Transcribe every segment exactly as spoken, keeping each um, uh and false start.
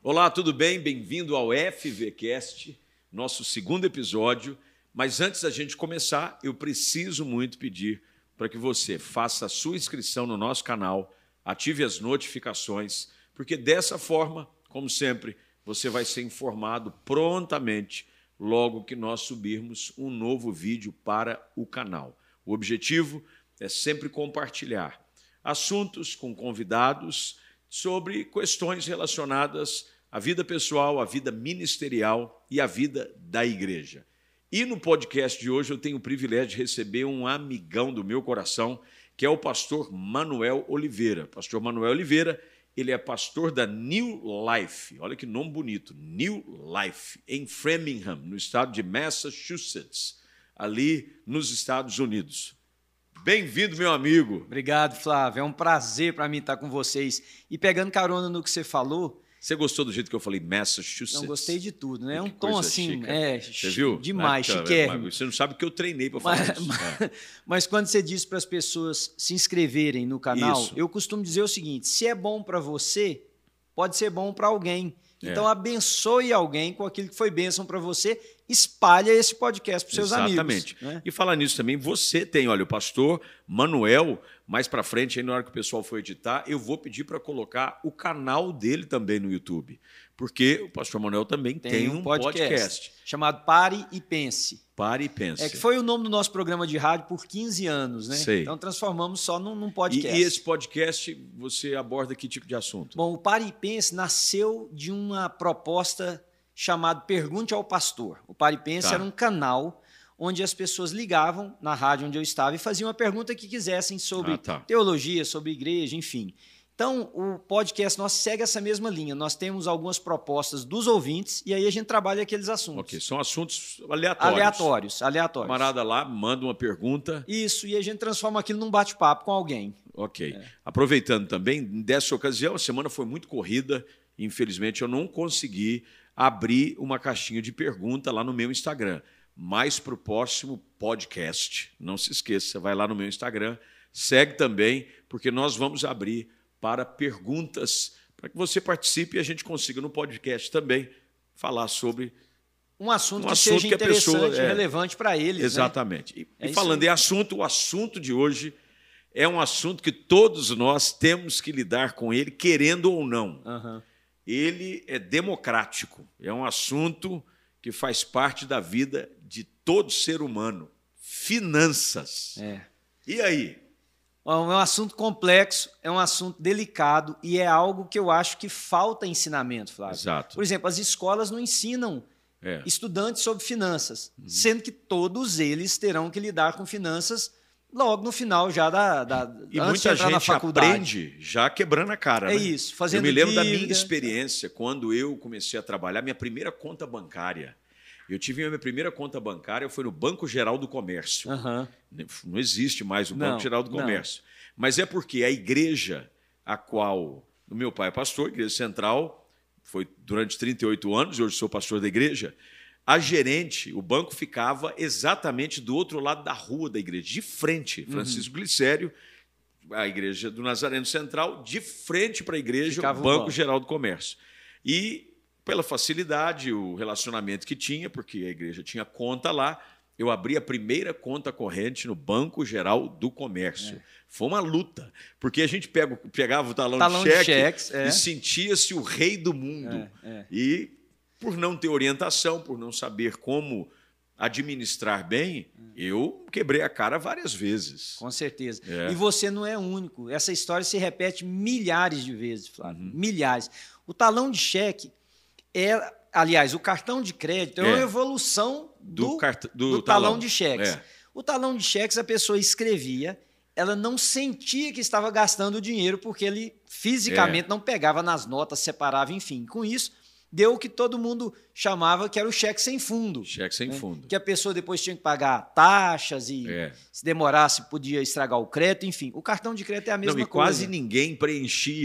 Olá, tudo bem? Bem-vindo ao FVCast, nosso segundo episódio. Mas antes da gente começar, eu preciso muito pedir para que você faça a sua inscrição no nosso canal, ative as notificações, porque dessa forma, como sempre, você vai ser informado prontamente logo que nós subirmos um novo vídeo para o canal. O objetivo é sempre compartilhar assuntos com convidados sobre questões relacionadas à vida pessoal, à vida ministerial e à vida da igreja. E no podcast de hoje eu tenho o privilégio de receber um amigão do meu coração, que é o pastor Manuel Oliveira. Pastor Manuel Oliveira, ele é pastor da New Life, olha que nome bonito, New Life, em Framingham, no estado de Massachusetts, ali nos Estados Unidos. Bem-vindo, meu amigo. Obrigado, Flávio. É um prazer para mim estar com vocês. E pegando carona no que você falou... Você gostou do jeito que eu falei Massachusetts? Não, gostei de tudo, né? É um que tom assim, chica. é, você viu? Demais, ah, chiquérrimo. Você não sabe o que eu treinei para falar mas, isso. Mas, é. mas quando você diz para as pessoas se inscreverem no canal, isso. eu costumo dizer o seguinte, se é bom para você, pode ser bom para alguém. Então, é. abençoe alguém com aquilo que foi bênção para você, espalha esse podcast para os seus Exatamente. amigos. Exatamente. Né? E falar nisso também, você tem, olha, o pastor Manuel, mais para frente, aí na hora que o pessoal for editar, eu vou pedir para colocar o canal dele também no YouTube, porque o pastor Manuel também tem, tem um podcast, podcast chamado Pare e Pense. Pare e Pense. É que foi o nome do nosso programa de rádio por quinze anos, né? Sei. Então transformamos só num, num podcast. E, e esse podcast, você aborda que tipo de assunto? Bom, o Pare e Pense nasceu de uma proposta chamada Pergunte ao Pastor. O Pare e Pense tá. era um canal onde as pessoas ligavam na rádio onde eu estava e faziam a pergunta que quisessem sobre ah, tá. teologia, sobre igreja, enfim. Então, o podcast nosso segue essa mesma linha. Nós temos algumas propostas dos ouvintes e aí a gente trabalha aqueles assuntos. Ok, são assuntos aleatórios. Aleatórios, aleatórios. O camarada lá manda uma pergunta. Isso, e a gente transforma aquilo num bate-papo com alguém. Ok. É. Aproveitando também, dessa ocasião, a semana foi muito corrida. Infelizmente, eu não consegui abrir uma caixinha de pergunta lá no meu Instagram. Mas para o próximo podcast, não se esqueça, você vai lá no meu Instagram, segue também, porque nós vamos abrir para perguntas, para que você participe e a gente consiga no podcast também falar sobre um assunto um que assunto seja que a interessante pessoa, e é, relevante para eles. Exatamente. Né? E, é e falando em assunto, o assunto de hoje é um assunto que todos nós temos que lidar com ele, querendo ou não. Uhum. Ele é democrático, é um assunto que faz parte da vida de todo ser humano. Finanças. É. E aí? É um assunto complexo, é um assunto delicado e é algo que eu acho que falta ensinamento, Flávio. Exato. Por exemplo, as escolas não ensinam é. estudantes sobre finanças, uhum. sendo que todos eles terão que lidar com finanças logo no final já da, da e antes muita de entrar gente na faculdade. aprende já quebrando a cara. É né? isso, fazendo Eu me lembro dívida. da minha experiência quando eu comecei a trabalhar, minha primeira conta bancária. Eu tive a minha primeira conta bancária, foi no Banco Geral do Comércio. Uhum. Não existe mais o não, Banco Geral do Comércio. Não. Mas é porque a igreja a qual o meu pai é pastor, Igreja Central, foi durante trinta e oito anos, hoje sou pastor da igreja, a gerente, o banco ficava exatamente do outro lado da rua da igreja, de frente, Francisco uhum. Glicério, a igreja do Nazareno Central, de frente para a igreja, ficava o Banco, banco Geral do Comércio. E pela facilidade, o relacionamento que tinha, porque a igreja tinha conta lá, eu abri a primeira conta corrente no Banco Geral do Comércio. É. Foi uma luta, porque a gente pega, pegava o talão, talão de cheque de cheques, é. e sentia-se o rei do mundo. É, é. E por não ter orientação, por não saber como administrar bem, eu quebrei a cara várias vezes. Com certeza. É. E você não é o único. Essa história se repete milhares de vezes, Flávio. Uhum. Milhares. O talão de cheque é, aliás, o cartão de crédito é, é uma evolução do, do, cart... do, do talão. talão de cheques. É. O talão de cheques a pessoa escrevia, ela não sentia que estava gastando o dinheiro porque ele fisicamente é. não pegava nas notas, separava, enfim. Com isso, deu o que todo mundo chamava que era o cheque sem fundo. Cheque sem né? fundo. Que a pessoa depois tinha que pagar taxas e é. se demorasse podia estragar o crédito, enfim. O cartão de crédito é a mesma não, e coisa. Quase ninguém preenchia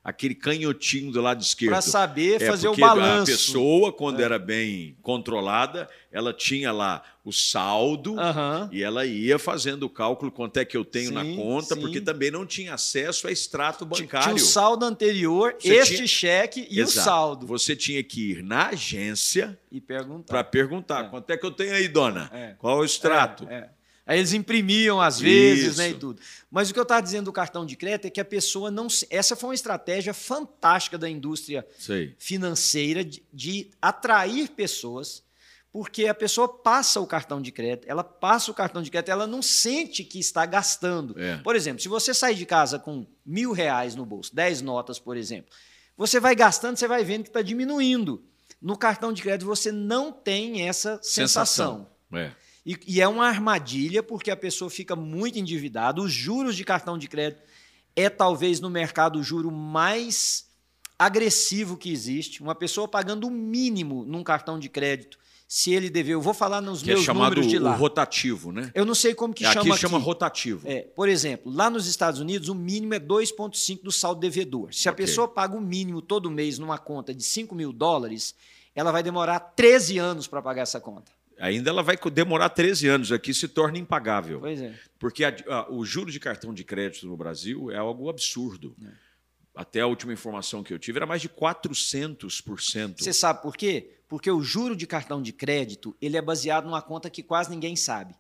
aquele canhotinho do lado esquerdo. Para saber é, fazer o porque balanço. A pessoa, quando é. era bem controlada, ela tinha lá o saldo uhum. e ela ia fazendo o cálculo quanto é que eu tenho sim, na conta, sim. porque também não tinha acesso a extrato bancário. Tinha o saldo anterior, Você este tinha... cheque e Exato. o saldo. Você tinha que ir na agência e perguntar. para perguntar, é. quanto é que eu tenho aí, dona? É. Qual é o extrato? É. É. Aí eles imprimiam às vezes, Isso. né, e tudo. Mas o que eu estava dizendo do cartão de crédito é que a pessoa não... Essa foi uma estratégia fantástica da indústria Sei. financeira de, de atrair pessoas, porque a pessoa passa o cartão de crédito, ela passa o cartão de crédito, ela não sente que está gastando. É. Por exemplo, se você sair de casa com mil reais no bolso, dez notas, por exemplo, você vai gastando, você vai vendo que está diminuindo. No cartão de crédito você não tem essa sensação. sensação. É. E, e é uma armadilha, porque a pessoa fica muito endividada. Os juros de cartão de crédito é talvez no mercado o juro mais agressivo que existe. Uma pessoa pagando o mínimo num cartão de crédito, se ele dever... Eu vou falar nos que meus é chamado números de lá. O rotativo, né? Eu não sei como que aqui chama aqui. chama aqui. rotativo. É, por exemplo, lá nos Estados Unidos, o mínimo é dois vírgula cinco do saldo devedor. Se a okay. pessoa paga o mínimo todo mês numa conta de cinco mil dólares, ela vai demorar treze anos para pagar essa conta. Ainda ela vai demorar treze anos, aqui se torna impagável. Pois é. Porque a, a, o juro de cartão de crédito no Brasil é algo absurdo. É. Até a última informação que eu tive era mais de quatrocentos por cento. Você sabe por quê? Porque o juro de cartão de crédito ele é baseado numa conta que quase ninguém sabe.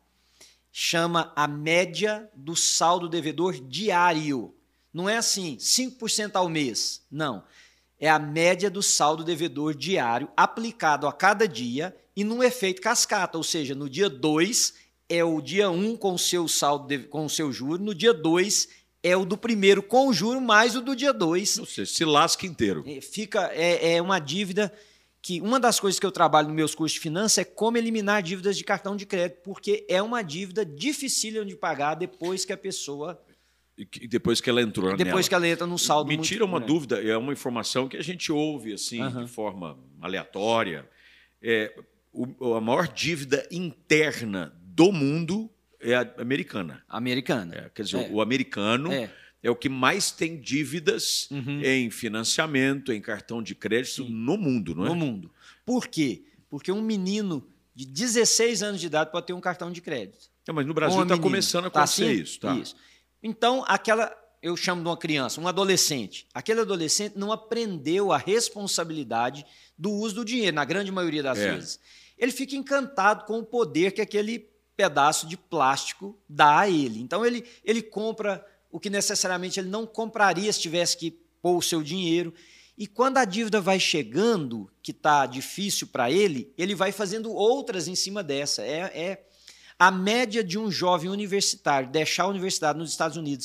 Chama a média do saldo devedor diário. Não é assim, cinco por cento ao mês. Não. É a média do saldo devedor diário aplicado a cada dia e num efeito cascata, ou seja, no dia dois é o dia um com o seu saldo, de, com o seu juro, no dia dois é o do primeiro com o juro mais o do dia dois. Ou seja, se lasca inteiro. Fica, é, é uma dívida que... Uma das coisas que eu trabalho nos meus cursos de finanças é como eliminar dívidas de cartão de crédito, porque é uma dívida dificílima de pagar depois que a pessoa... E depois que ela entrou Depois nela. que ela entra num saldo Me muito tira uma grande. dúvida, é uma informação que a gente ouve assim, uhum. de forma aleatória. É, o, a maior dívida interna do mundo é a americana. Americana. É, quer dizer, é. o americano é. é o que mais tem dívidas uhum. em financiamento, em cartão de crédito Sim. no mundo, não é? No mundo. Por quê? Porque um menino de dezesseis anos de idade pode ter um cartão de crédito. É, mas no Brasil está começando a acontecer tá assim? isso. Tá? Isso. Então, aquela, eu chamo de uma criança, um adolescente. Aquele adolescente não aprendeu a responsabilidade do uso do dinheiro, na grande maioria das é. vezes. Ele fica encantado com o poder que aquele pedaço de plástico dá a ele. Então, ele, ele compra o que necessariamente ele não compraria se tivesse que pôr o seu dinheiro. E quando a dívida vai chegando, que está difícil para ele, ele vai fazendo outras em cima dessa. É... é A média de um jovem universitário deixar a universidade nos Estados Unidos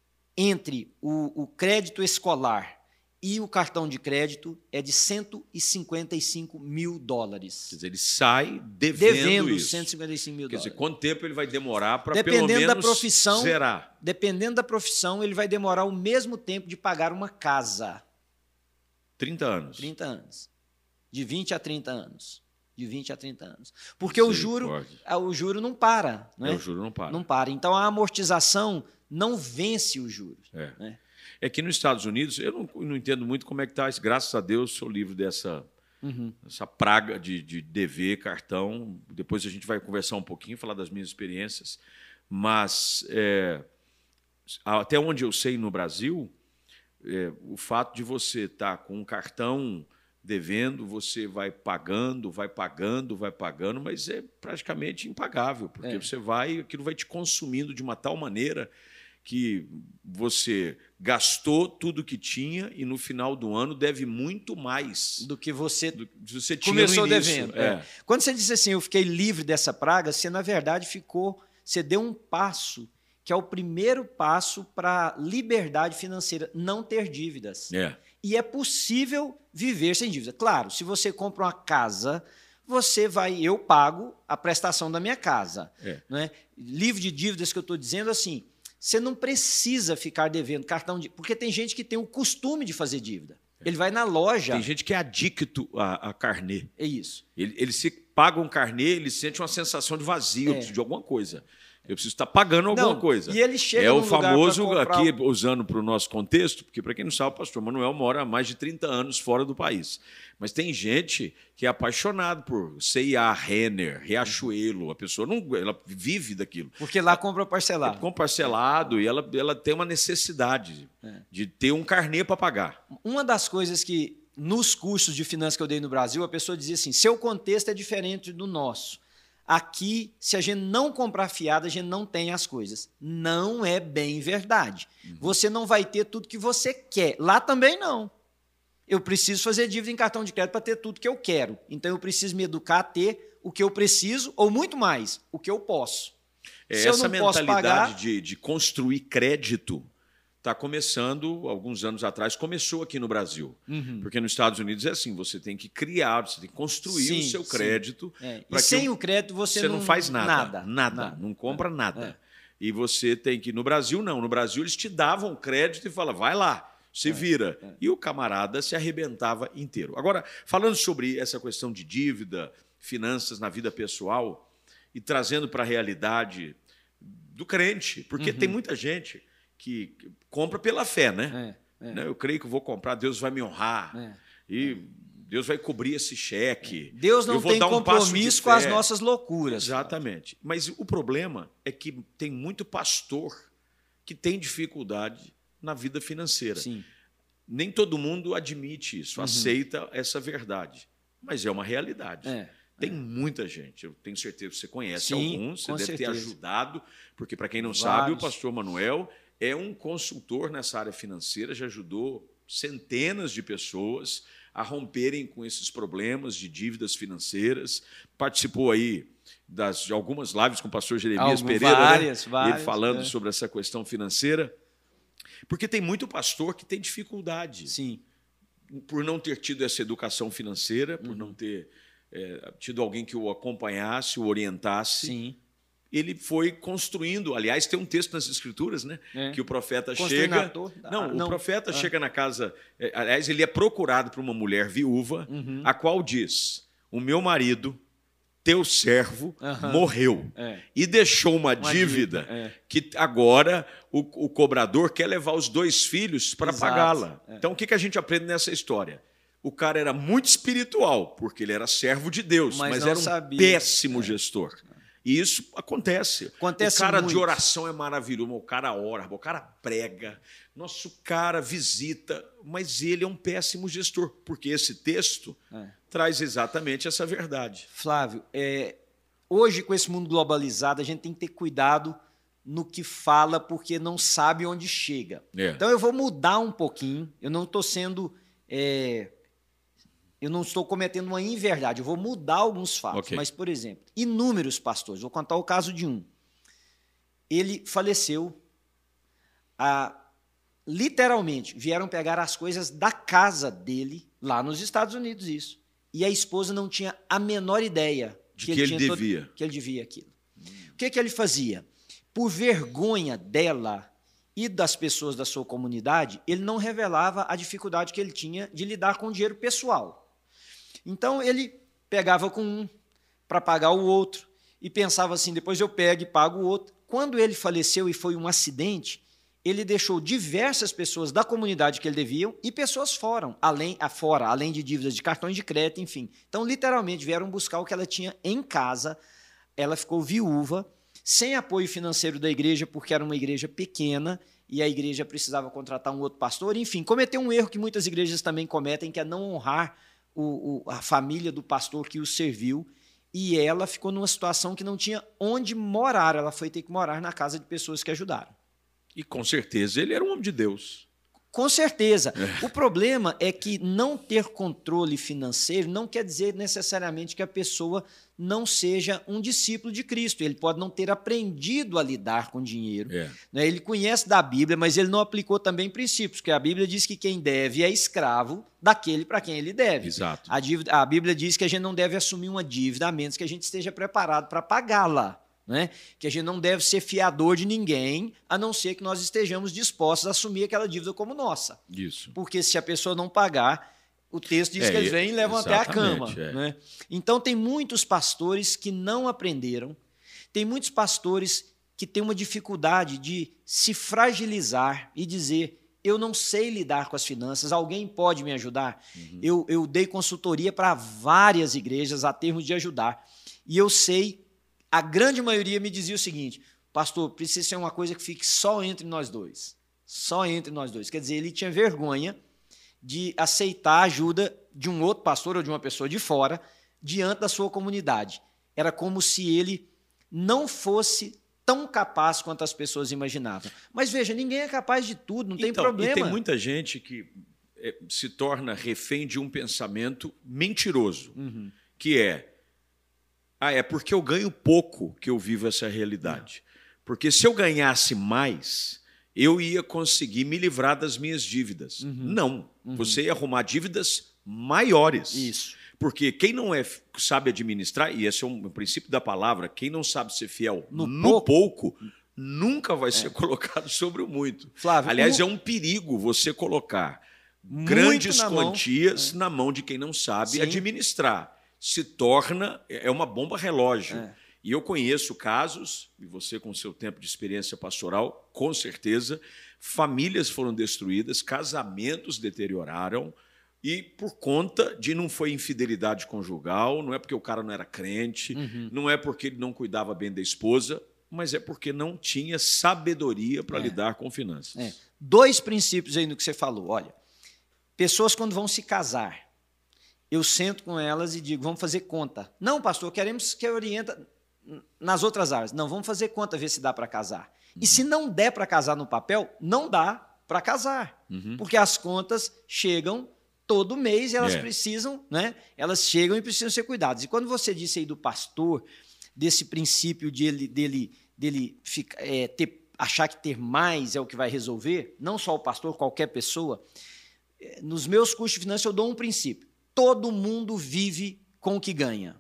entre o, o crédito escolar e o cartão de crédito é de cento e cinquenta e cinco mil dólares. Quer dizer, ele sai devendo, devendo isso. cento e cinquenta e cinco mil Quer dólares. dizer, quanto tempo ele vai demorar para pelo menos da profissão, zerar? Dependendo da profissão, ele vai demorar o mesmo tempo de pagar uma casa. trinta anos. trinta anos. De vinte a trinta anos. De vinte a trinta anos. Porque o juro, o juro não para. Não é? É, o juro não para. Não para. Então, a amortização não vence os juros. É, né? é que nos Estados Unidos, eu não, não entendo muito como é que está, graças a Deus, sou livre dessa, uhum. dessa praga de, de dever, cartão. Depois a gente vai conversar um pouquinho, falar das minhas experiências. Mas, é, até onde eu sei no Brasil, é, o fato de você estar tá com um cartão... devendo, você vai pagando, vai pagando, vai pagando, mas é praticamente impagável, porque é. você vai, aquilo vai te consumindo de uma tal maneira que você gastou tudo que tinha e no final do ano deve muito mais do que você, do que você tinha começou no início. devendo. É. É. Quando você disse assim, eu fiquei livre dessa praga, você na verdade ficou, você deu um passo que é o primeiro passo para a liberdade financeira, não ter dívidas. É. E é possível viver sem dívida. Claro, se você compra uma casa, você vai, eu pago a prestação da minha casa. É. Né? Livre de dívidas que eu estou dizendo assim, você não precisa ficar devendo cartão de... Porque tem gente que tem o costume de fazer dívida. Ele vai na loja... Tem gente que é adicto a, a carnê. É isso. Ele, ele se paga um carnê, ele sente uma sensação de vazio, é. de alguma coisa. Eu preciso estar pagando alguma não, coisa. E ele chega é o num famoso, lugar pra comprar... aqui usando para o nosso contexto, porque para quem não sabe, o pastor Manuel mora há mais de trinta anos fora do país. Mas tem gente que é apaixonado por C e A, Renner, Riachuelo. A pessoa não, ela vive daquilo. Porque lá compra parcelado. É, compra parcelado é. e ela, ela tem uma necessidade é. de ter um carnê para pagar. Uma das coisas que, nos cursos de finanças que eu dei no Brasil, a pessoa dizia assim, seu contexto é diferente do nosso. Aqui, se a gente não comprar fiado, a gente não tem as coisas. Não é bem verdade. Uhum. Você não vai ter tudo que você quer. Lá também não. Eu preciso fazer dívida em cartão de crédito para ter tudo que eu quero. Então, eu preciso me educar a ter o que eu preciso, ou muito mais, o que eu posso. É, se essa eu não mentalidade posso pagar... de, de construir crédito está começando, alguns anos atrás, começou aqui no Brasil. Uhum. Porque nos Estados Unidos é assim, você tem que criar, você tem que construir sim, o seu crédito. É. E sem o crédito você, você não, não faz nada. Nada, nada, nada não compra é. nada. É. E você tem que... No Brasil, não. No Brasil, eles te davam crédito e falavam, vai lá, se vira. É. É. E o camarada se arrebentava inteiro. Agora, falando sobre essa questão de dívida, finanças na vida pessoal e trazendo para a realidade do crente, porque uhum. tem muita gente... que compra pela fé, né? É, é. Eu creio que eu vou comprar, Deus vai me honrar, é, e Deus vai cobrir esse cheque. É. Deus não eu vou tem dar um compromisso com as nossas loucuras. Exatamente. Mas o problema é que tem muito pastor que tem dificuldade na vida financeira. Sim. Nem todo mundo admite isso, uhum. aceita essa verdade, mas é uma realidade. É. Tem muita gente, eu tenho certeza que você conhece Sim, alguns, você deve certeza. ter ajudado, porque, para quem não Vários. sabe, o pastor Manuel é um consultor nessa área financeira, já ajudou centenas de pessoas a romperem com esses problemas de dívidas financeiras, participou aí das, de algumas lives com o pastor Jeremias Algum, Pereira, várias, né? várias, ele falando é. sobre essa questão financeira, porque tem muito pastor que tem dificuldade Sim. por não ter tido essa educação financeira, por uhum. não ter é, tido alguém que o acompanhasse, o orientasse. Sim. Ele foi construindo, aliás, tem um texto nas Escrituras, né, é. que o profeta chega... Não, ah, o não. profeta ah. chega na casa... É, aliás, ele é procurado por uma mulher viúva, uhum. a qual diz, o meu marido, teu servo, uhum. morreu é. e deixou uma, uma dívida, dívida é. que agora o, o cobrador quer levar os dois filhos para pagá-la. É. Então, o que, que a gente aprende nessa história? O cara era muito espiritual, porque ele era servo de Deus, mas, mas era um sabia. péssimo é. gestor. E isso acontece. acontece o cara muito. de oração é maravilhoso, o cara ora, o cara prega, nosso cara visita, mas ele é um péssimo gestor, porque esse texto é. traz exatamente essa verdade. Flávio, é, hoje com esse mundo globalizado, a gente tem que ter cuidado no que fala, porque não sabe onde chega. É. Então eu vou mudar um pouquinho, eu não estou sendo... É, Eu não estou cometendo uma inverdade, eu vou mudar alguns fatos. Okay. Mas, por exemplo, inúmeros pastores, vou contar o caso de um. Ele faleceu, a, literalmente, vieram pegar as coisas da casa dele, lá nos Estados Unidos, isso. E a esposa não tinha a menor ideia de que, que ele, ele devia. Todo, que ele devia aquilo. Hum. O que, que ele fazia? Por vergonha dela e das pessoas da sua comunidade, ele não revelava a dificuldade que ele tinha de lidar com o dinheiro pessoal. Então, ele pegava com um para pagar o outro e pensava assim, depois eu pego e pago o outro. Quando ele faleceu e foi um acidente, ele deixou diversas pessoas da comunidade que ele deviam e pessoas fora, além, fora, além de dívidas de cartões de crédito, enfim. Então, literalmente, vieram buscar o que ela tinha em casa. Ela ficou viúva, sem apoio financeiro da igreja, porque era uma igreja pequena e a igreja precisava contratar um outro pastor. Enfim, cometeu um erro que muitas igrejas também cometem, que é não honrar O, o, a família do pastor que o serviu, e ela ficou numa situação que não tinha onde morar, ela foi ter que morar na casa de pessoas que ajudaram. E com certeza ele era um homem de Deus. Com certeza. É. O problema é que não ter controle financeiro não quer dizer necessariamente que a pessoa não seja um discípulo de Cristo. Ele pode não ter aprendido a lidar com dinheiro. É. Ele conhece da Bíblia, mas ele não aplicou também princípios, porque a Bíblia diz que quem deve é escravo daquele para quem ele deve. Exato. A, dívida, a Bíblia diz que a gente não deve assumir uma dívida a menos que a gente esteja preparado para pagá-la. Né? Que a gente não deve ser fiador de ninguém, a não ser que nós estejamos dispostos a assumir aquela dívida como nossa. Isso. Porque se a pessoa não pagar, o texto diz é, que eles vêm e levam até a cama. É. Né? Então, tem muitos pastores que não aprenderam, tem muitos pastores que tem uma dificuldade de se fragilizar e dizer, eu não sei lidar com as finanças, alguém pode me ajudar? Uhum. Eu, eu dei consultoria para várias igrejas a termos de ajudar. E eu sei, a grande maioria me dizia o seguinte, pastor, precisa ser uma coisa que fique só entre nós dois. Só entre nós dois. Quer dizer, ele tinha vergonha de aceitar a ajuda de um outro pastor ou de uma pessoa de fora diante da sua comunidade. Era como se ele não fosse tão capaz quanto as pessoas imaginavam. Mas veja, ninguém é capaz de tudo, não tem então, problema. E tem muita gente que é, se torna refém de um pensamento mentiroso, uhum. que é, ah, é porque eu ganho pouco que eu vivo essa realidade. Não. Porque se eu ganhasse mais, eu ia conseguir me livrar das minhas dívidas. Uhum. Não, uhum. você ia arrumar dívidas maiores. Isso. Porque quem não é, sabe administrar, e esse é um princípio da palavra, quem não sabe ser fiel no, no pouco, pouco, nunca vai é. ser colocado sobre o muito. Flávio, aliás, um... é um perigo você colocar muito grandes na quantias mão. É. na mão de quem não sabe Sim. administrar. Se torna, é uma bomba relógio. É. E eu conheço casos, e você com o seu tempo de experiência pastoral, com certeza, famílias foram destruídas, casamentos deterioraram, e por conta de não foi infidelidade conjugal, não é porque o cara não era crente, uhum. não é porque ele não cuidava bem da esposa, mas é porque não tinha sabedoria para é. lidar com finanças. É. Dois princípios aí no que você falou. Olha, pessoas quando vão se casar, eu sento com elas e digo, vamos fazer conta. Não, pastor, queremos que orienta nas outras áreas. Não, vamos fazer conta, ver se dá para casar. Uhum. E se não der para casar no papel, não dá para casar. Uhum. Porque as contas chegam todo mês e elas é. precisam, né? Elas chegam e precisam ser cuidadas. E quando você disse aí do pastor, desse princípio de ele, dele, dele ficar, é, ter, achar que ter mais é o que vai resolver, não só o pastor, qualquer pessoa, nos meus cursos de finanças eu dou um princípio. Todo mundo vive com o que ganha,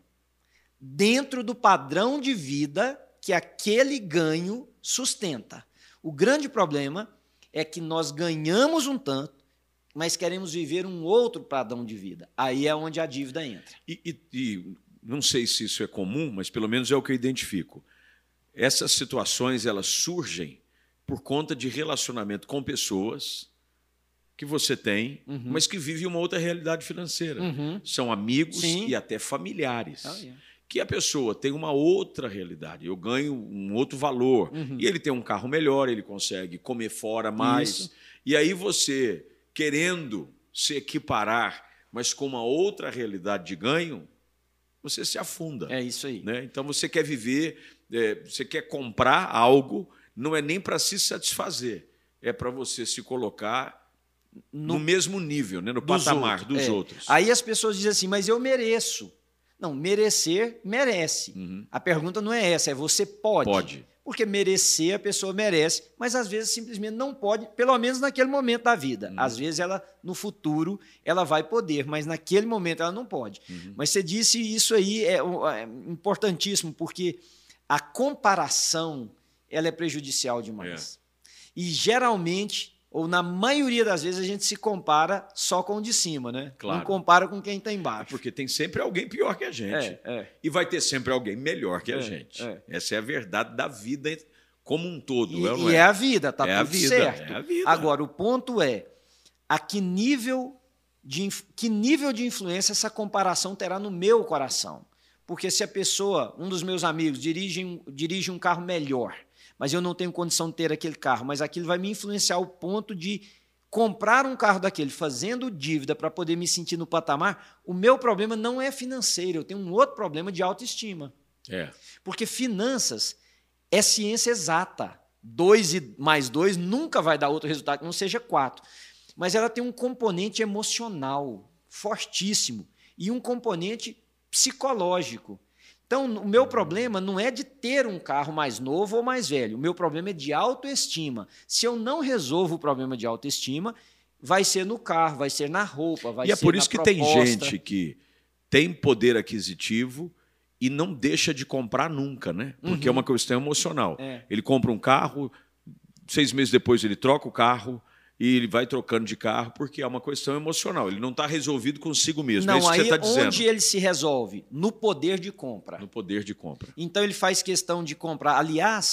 dentro do padrão de vida que aquele ganho sustenta. O grande problema é que nós ganhamos um tanto, mas queremos viver um outro padrão de vida. Aí é onde a dívida entra. E, e, e não sei se isso é comum, mas pelo menos é o que eu identifico. Essas situações elas surgem por conta de relacionamento com pessoas que você tem, uhum. mas que vivem uma outra realidade financeira. Uhum. São amigos Sim. e até familiares. Oh, yeah. Que a pessoa tem uma outra realidade. Eu ganho um outro valor. Uhum. E ele tem um carro melhor, ele consegue comer fora mais. Isso. E aí você, querendo se equiparar, mas com uma outra realidade de ganho, você se afunda. É isso aí. Né? Então você quer viver, é, você quer comprar algo, não é nem para se satisfazer, é para você se colocar no, no mesmo nível, né? no patamar outros. dos é. outros. Aí as pessoas dizem assim, mas eu mereço. Não, merecer, merece. Uhum. A pergunta não é essa, é você pode. Pode. Porque merecer, a pessoa merece, mas às vezes simplesmente não pode, pelo menos naquele momento da vida. Uhum. Às vezes ela, no futuro, ela vai poder, mas naquele momento ela não pode. Uhum. Mas você disse isso aí, é, é importantíssimo, porque a comparação ela é prejudicial demais. É. E geralmente, ou na maioria das vezes, a gente se compara só com o de cima, né? Claro. Não compara com quem está embaixo. Porque tem sempre alguém pior que a gente. É, é. E vai ter sempre alguém melhor que a é, gente. É. Essa é a verdade da vida como um todo. E, é, não e é? é a vida, tá é tudo a vida, certo. É a vida. Agora, o ponto é, a que nível, de, que nível de influência essa comparação terá no meu coração? Porque se a pessoa, um dos meus amigos, dirige um, dirige um carro melhor, mas eu não tenho condição de ter aquele carro, mas aquilo vai me influenciar ao ponto de comprar um carro daquele fazendo dívida para poder me sentir no patamar, o meu problema não é financeiro, eu tenho um outro problema de autoestima. É. Porque finanças é ciência exata. Dois e mais dois nunca vai dar outro resultado que não seja quatro. Mas ela tem um componente emocional fortíssimo e um componente psicológico. Então, o meu problema não é de ter um carro mais novo ou mais velho. O meu problema é de autoestima. Se eu não resolvo o problema de autoestima, vai ser no carro, vai ser na roupa, vai ser na proposta. E é por isso que tem gente que tem poder aquisitivo e não deixa de comprar nunca, né? Porque uhum. é uma questão emocional. É. Ele compra um carro, seis meses depois ele troca o carro, e ele vai trocando de carro porque é uma questão emocional. Ele não está resolvido consigo mesmo. Não, é isso que aí você está dizendo. Onde ele se resolve? No poder de compra. No poder de compra. Então ele faz questão de comprar. Aliás,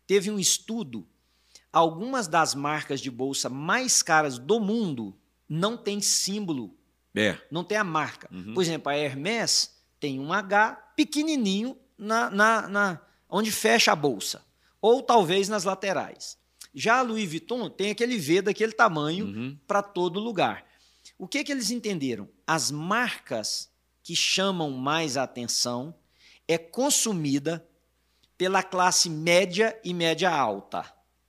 teve um estudo, algumas das marcas de bolsa mais caras do mundo não tem símbolo, é. não tem a marca. Uhum. Por exemplo, a Hermès tem um H pequenininho na, na, na, onde fecha a bolsa, ou talvez nas laterais. Já a Louis Vuitton tem aquele V daquele tamanho uhum. para todo lugar. O que, que eles entenderam? As marcas que chamam mais a atenção é consumida pela classe média e média alta.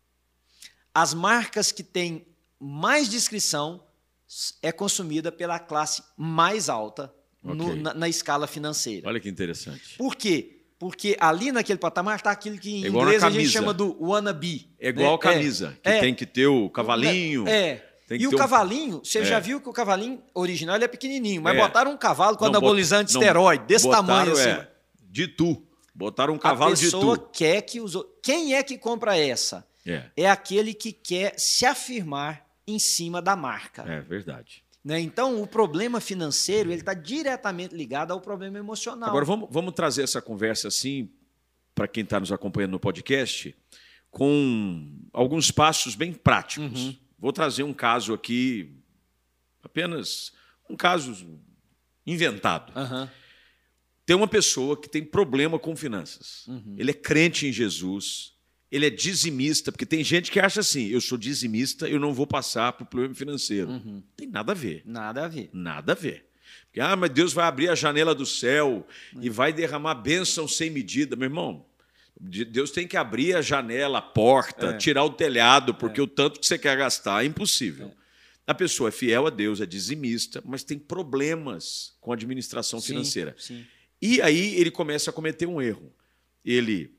As marcas que têm mais discrição é consumida pela classe mais alta okay. no, na, na escala financeira. Olha que interessante. Por quê? Porque ali naquele patamar está aquilo que em é inglês a gente chama do wannabe. É igual né? a camisa, é, que é, tem que ter o cavalinho. É. Tem e o cavalinho, um... você é. já viu que o cavalinho original ele é pequenininho, mas é. botaram um cavalo com não, anabolizante bot... esteroide, desse botaram, tamanho assim. É. De tu. Botaram um cavalo de tu. A pessoa quer que os outros... Quem é que compra essa? É. é aquele que quer se afirmar em cima da marca. É verdade. Né? Então, o problema financeiro ele está diretamente ligado ao problema emocional. Agora, vamos, vamos trazer essa conversa assim, para quem está nos acompanhando no podcast, com alguns passos bem práticos. Uhum. Vou trazer um caso aqui, apenas um caso inventado. Uhum. Tem uma pessoa que tem problema com finanças. Uhum. Ele é crente em Jesus, ele é dizimista, porque tem gente que acha assim, eu sou dizimista, eu não vou passar por problema financeiro. Uhum. Tem nada a ver. Nada a ver. Nada a ver. Porque, ah, mas Deus vai abrir a janela do céu uhum. e vai derramar bênção sem medida. Meu irmão, Deus tem que abrir a janela, a porta, é. tirar o telhado, porque é. o tanto que você quer gastar é impossível. É. A pessoa é fiel a Deus, é dizimista, mas tem problemas com a administração sim, financeira. Sim. E aí ele começa a cometer um erro. Ele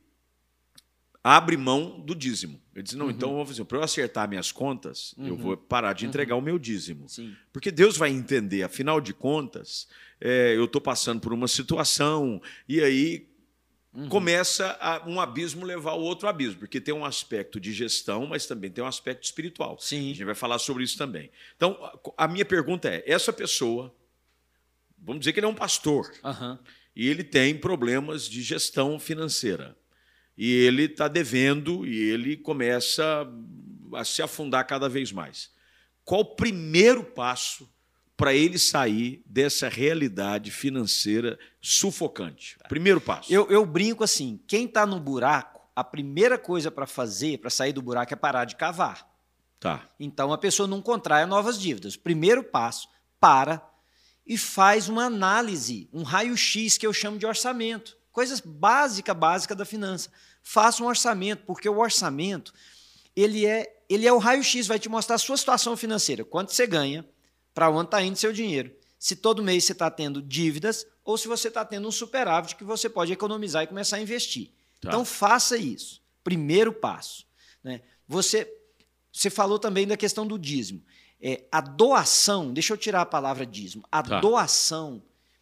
abre mão do dízimo. Ele diz, não, uhum. então vou fazer, para eu acertar minhas contas, uhum. eu vou parar de entregar uhum. o meu dízimo. Sim. Porque Deus vai entender, afinal de contas, é, eu estou passando por uma situação, e aí uhum. começa a, um abismo levar ao outro abismo, porque tem um aspecto de gestão, mas também tem um aspecto espiritual. Sim. A gente vai falar sobre isso também. Então, a minha pergunta é, essa pessoa, vamos dizer que ele é um pastor, uhum. e ele tem problemas de gestão financeira. E ele está devendo e ele começa a se afundar cada vez mais. Qual o primeiro passo para ele sair dessa realidade financeira sufocante? Primeiro passo. Eu, eu brinco assim, quem está no buraco, a primeira coisa para fazer, para sair do buraco, é parar de cavar. Tá. Então, a pessoa não contrai novas dívidas. Primeiro passo, para e faz uma análise, um raio-x que eu chamo de orçamento. Coisas básica, básica da finança. Faça um orçamento, porque o orçamento ele é, ele é o raio-x, vai te mostrar a sua situação financeira. Quanto você ganha, para onde está indo seu dinheiro. Se todo mês você está tendo dívidas ou se você está tendo um superávit que você pode economizar e começar a investir. Tá. Então, faça isso. Primeiro passo. Né? Você, você falou também da questão do dízimo. É, a doação, deixa eu tirar a palavra dízimo, a tá. doação,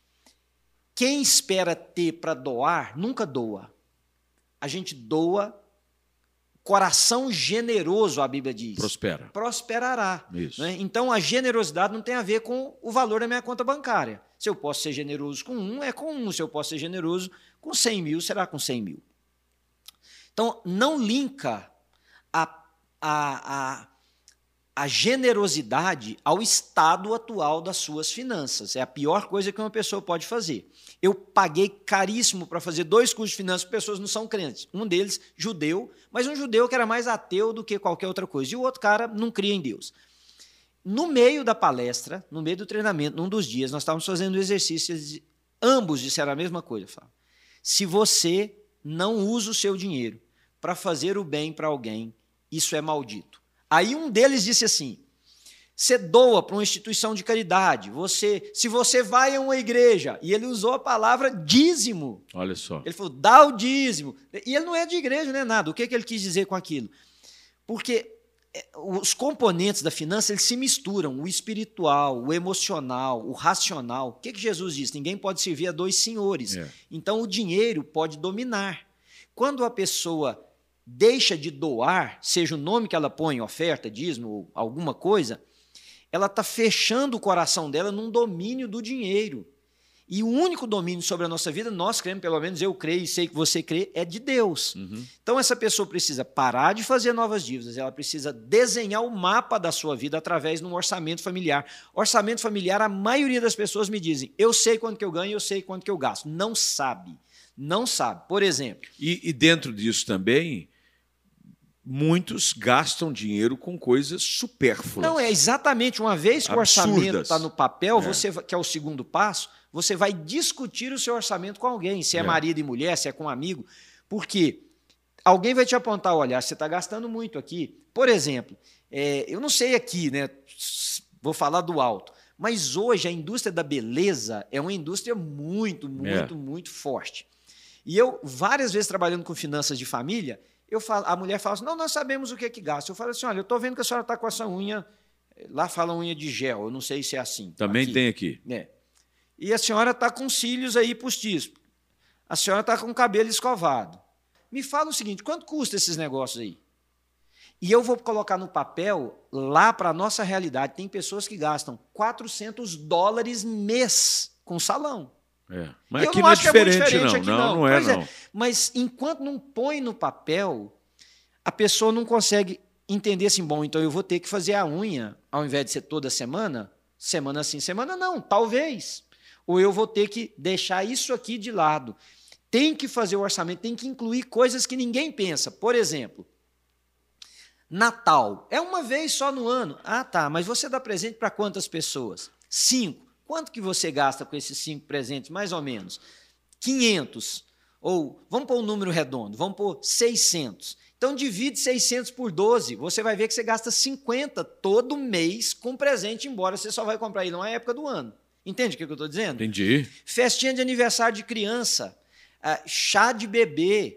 quem espera ter para doar, nunca doa. A gente doa, coração generoso, a Bíblia diz. Prospera. Prosperará. Isso. Né? Então, a generosidade não tem a ver com o valor da minha conta bancária. Se eu posso ser generoso com um, é com um. Se eu posso ser generoso com cem mil, será com cem mil. Então, não linka a, a, a, a generosidade ao estado atual das suas finanças. É a pior coisa que uma pessoa pode fazer. Eu paguei caríssimo para fazer dois cursos de finanças para pessoas que não são crentes. Um deles, judeu, mas um judeu que era mais ateu do que qualquer outra coisa. E o outro cara não cria em Deus. No meio da palestra, no meio do treinamento, num dos dias, nós estávamos fazendo exercícios, ambos disseram a mesma coisa. Se você não usa o seu dinheiro para fazer o bem para alguém, isso é maldito. Aí um deles disse assim, você doa para uma instituição de caridade, você, se você vai a uma igreja, e ele usou a palavra dízimo. Olha só. Ele falou, dá o dízimo. E ele não é de igreja, não é nada. O que, que ele quis dizer com aquilo? Porque os componentes da finança eles se misturam, o espiritual, o emocional, o racional. O que, que Jesus disse? Ninguém pode servir a dois senhores. É. Então, o dinheiro pode dominar. Quando a pessoa deixa de doar, seja o nome que ela põe, oferta, dízimo, ou alguma coisa, ela está fechando o coração dela num domínio do dinheiro. E o único domínio sobre a nossa vida, nós cremos, pelo menos eu creio e sei que você crê, é de Deus. Uhum. Então essa pessoa precisa parar de fazer novas dívidas, ela precisa desenhar o mapa da sua vida através de um orçamento familiar. Orçamento familiar, a maioria das pessoas me dizem, eu sei quanto que eu ganho, eu sei quanto que eu gasto. Não sabe, não sabe. Por exemplo... E, e dentro disso também... muitos gastam dinheiro com coisas supérfluas. Não, é exatamente. Uma vez que absurdas. O orçamento está no papel, é. você, que é o segundo passo, você vai discutir o seu orçamento com alguém, se é, é. marido e mulher, se é com um amigo, porque alguém vai te apontar, olha, você está gastando muito aqui. Por exemplo, é, eu não sei aqui, né? Vou falar do alto, mas hoje a indústria da beleza é uma indústria muito, muito, é. muito forte. E eu, várias vezes trabalhando com finanças de família, Eu falo, a mulher fala assim, não, nós sabemos o que é que gasta. Eu falo assim, olha, eu estou vendo que a senhora está com essa unha, lá fala unha de gel, eu não sei se é assim. Também aqui. tem aqui. É. E a senhora está com cílios aí postiços. A senhora está com o cabelo escovado. Me fala o seguinte, quanto custa esses negócios aí? E eu vou colocar no papel, lá para a nossa realidade, tem pessoas que gastam quatrocentos dólares mês com salão. É. Mas aqui não é diferente, é diferente não. Aqui, não. Não, não é, pois não. É. Mas enquanto não põe no papel, a pessoa não consegue entender assim, bom, então eu vou ter que fazer a unha, ao invés de ser toda semana, semana sim, semana não, talvez. Ou eu vou ter que deixar isso aqui de lado. Tem que fazer o orçamento, tem que incluir coisas que ninguém pensa. Por exemplo, Natal. É uma vez só no ano. Ah, tá, mas você dá presente para quantas pessoas? Cinco. Quanto que você gasta com esses cinco presentes, mais ou menos? quinhentos. Ou, vamos pôr um número redondo, vamos pôr seiscentos. Então, divide seiscentos por doze, você vai ver que você gasta cinquenta todo mês com presente, embora você só vai comprar ele na época do ano. Entende o que eu estou dizendo? Entendi. Festinha de aniversário de criança, chá de bebê,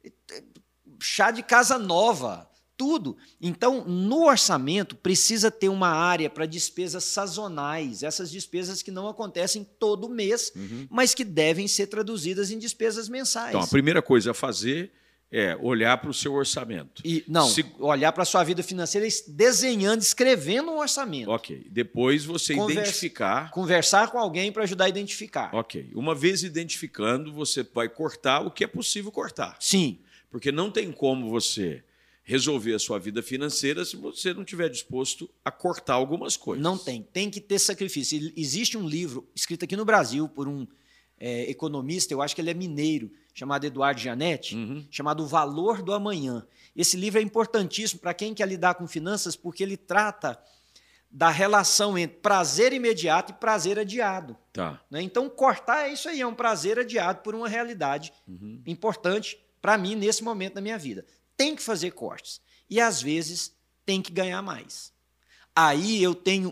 chá de casa nova, tudo. Então, no orçamento, precisa ter uma área para despesas sazonais, essas despesas que não acontecem todo mês, uhum. mas que devem ser traduzidas em despesas mensais. Então, a primeira coisa a fazer é olhar para o seu orçamento. E, não, Se... olhar para a sua vida financeira desenhando, escrevendo um orçamento. Ok. Depois você Conversa... identificar... Conversar com alguém para ajudar a identificar. Ok. Uma vez identificando, você vai cortar o que é possível cortar. Sim. Porque não tem como você... resolver a sua vida financeira se você não estiver disposto a cortar algumas coisas. Não tem. Tem que ter sacrifício. Existe um livro escrito aqui no Brasil por um é, economista, eu acho que ele é mineiro, chamado Eduardo Gianetti, uhum. chamado O Valor do Amanhã. Esse livro é importantíssimo para quem quer lidar com finanças, porque ele trata da relação entre prazer imediato e prazer adiado. Tá. Né? Então, cortar é isso aí, é um prazer adiado por uma realidade uhum. importante para mim nesse momento da minha vida. Tem que fazer cortes. E, às vezes, tem que ganhar mais. Aí eu tenho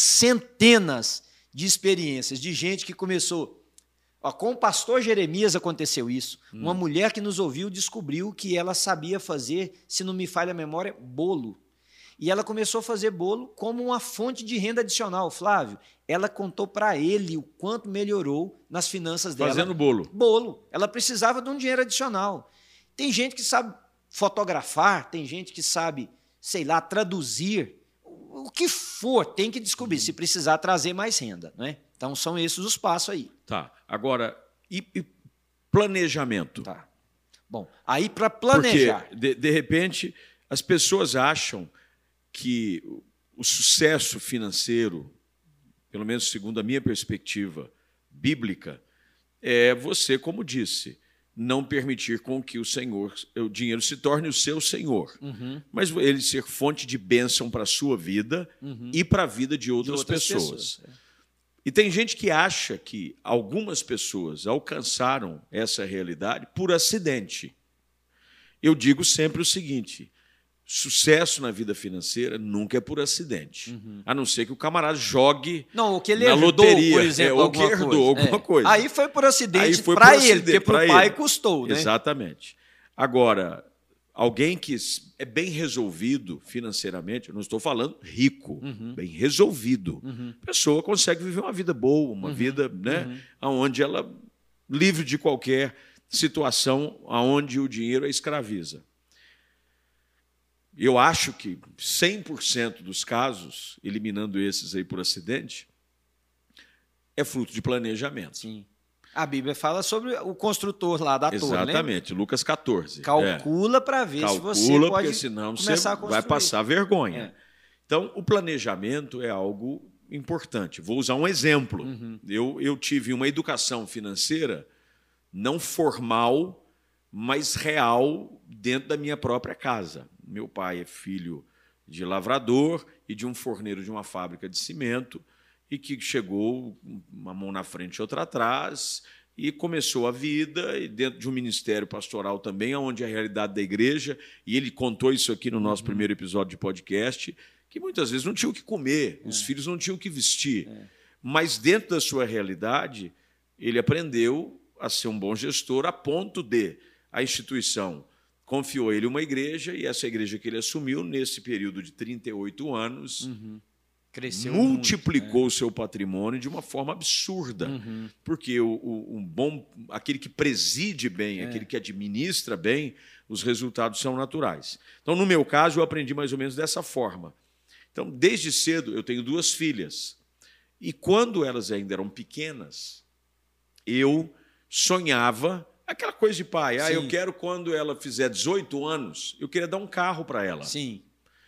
centenas de experiências de gente que começou... Ó, com o pastor Jeremias aconteceu isso. Hum. Uma mulher que nos ouviu descobriu que ela sabia fazer, se não me falha a memória, bolo. E ela começou a fazer bolo como uma fonte de renda adicional. Flávio, ela contou para ele o quanto melhorou nas finanças dela. Fazendo bolo. Bolo. Ela precisava de um dinheiro adicional. Tem gente que sabe... fotografar, tem gente que sabe, sei lá, traduzir, o que for, tem que descobrir, se precisar trazer mais renda, né? Então, são esses os passos aí. Tá, agora, e, e planejamento? Tá. Bom, aí para planejar... Porque, de, de repente, as pessoas acham que o sucesso financeiro, pelo menos segundo a minha perspectiva bíblica, é você, como disse... não permitir com que o Senhor, o dinheiro se torne o seu Senhor, uhum. mas ele ser fonte de bênção para a sua vida uhum. e para a vida de outras, de outras pessoas. pessoas. É. E tem gente que acha que algumas pessoas alcançaram essa realidade por acidente. Eu digo sempre o seguinte, sucesso na vida financeira nunca é por acidente, uhum. a não ser que o camarada jogue não, o que ele na herdou, loteria, por exemplo, é, ou que herdou coisa. alguma é. coisa. Aí foi por acidente para ele, porque para o pai custou. Né? Exatamente. Agora, alguém que é bem resolvido financeiramente, eu não estou falando rico, uhum. bem resolvido, uhum. a pessoa consegue viver uma vida boa, uma uhum. vida né, uhum. onde ela livre de qualquer situação onde o dinheiro a escraviza. Eu acho que cem por cento dos casos, eliminando esses aí por acidente, é fruto de planejamento. Sim. A Bíblia fala sobre o construtor lá da torre, né? Exatamente, Lucas catorze. Calcula é. para ver Calcula, se você pode porque senão começar você a vai passar vergonha. É. Então, o planejamento é algo importante. Vou usar um exemplo. Uhum. Eu, eu tive uma educação financeira não formal, mas real dentro da minha própria casa. Meu pai é filho de lavrador e de um forneiro de uma fábrica de cimento, e que chegou uma mão na frente e outra atrás, e começou a vida, e dentro de um ministério pastoral também, onde a realidade da igreja, e ele contou isso aqui no nosso uhum. primeiro episódio de podcast, que muitas vezes não tinha o que comer, é. os filhos não tinham o que vestir. É. Mas dentro da sua realidade, ele aprendeu a ser um bom gestor, a ponto de a instituição confiou ele uma igreja, e essa igreja que ele assumiu, nesse período de trinta e oito anos, uhum. Cresceu multiplicou o seu patrimônio de uma forma absurda. Uhum. Porque o, o, um bom, aquele que preside bem, é. aquele que administra bem, os resultados são naturais. Então, no meu caso, eu aprendi mais ou menos dessa forma. Então, desde cedo, eu tenho duas filhas. E quando elas ainda eram pequenas, eu sonhava aquela coisa de pai. Ah, eu quero, quando ela fizer dezoito anos, eu queria dar um carro para ela. Sim.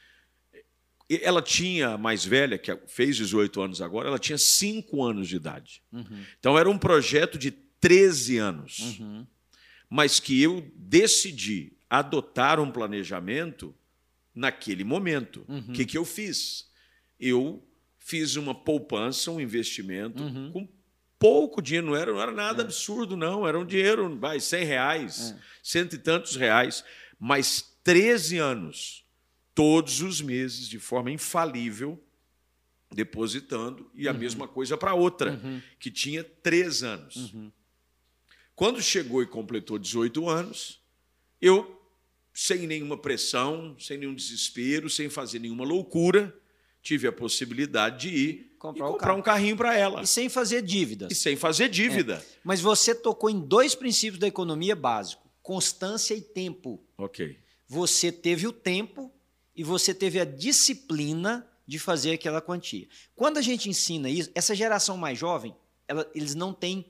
Ela tinha, a mais velha, que fez dezoito anos agora, ela tinha cinco anos de idade. Uhum. Então, era um projeto de treze anos. Uhum. Mas que eu decidi adotar um planejamento naquele momento. O uhum. que, que eu fiz? Eu fiz uma poupança, um investimento uhum. com pouco dinheiro. Não era, não era nada é. absurdo, não. Era um dinheiro, vai, cem reais, é. cento e tantos reais. Mas treze anos... todos os meses, de forma infalível, depositando, e a uhum. mesma coisa para outra, uhum. que tinha três anos. Uhum. Quando chegou e completou dezoito anos, eu, sem nenhuma pressão, sem nenhum desespero, sem fazer nenhuma loucura, tive a possibilidade de ir comprar, e comprar carro. um carrinho para ela. E sem fazer dívidas. E sem fazer dívida. É. Mas você tocou em dois princípios da economia básicos, constância e tempo. Ok. Você teve o tempo e você teve a disciplina de fazer aquela quantia. Quando a gente ensina isso, essa geração mais jovem, ela, eles não têm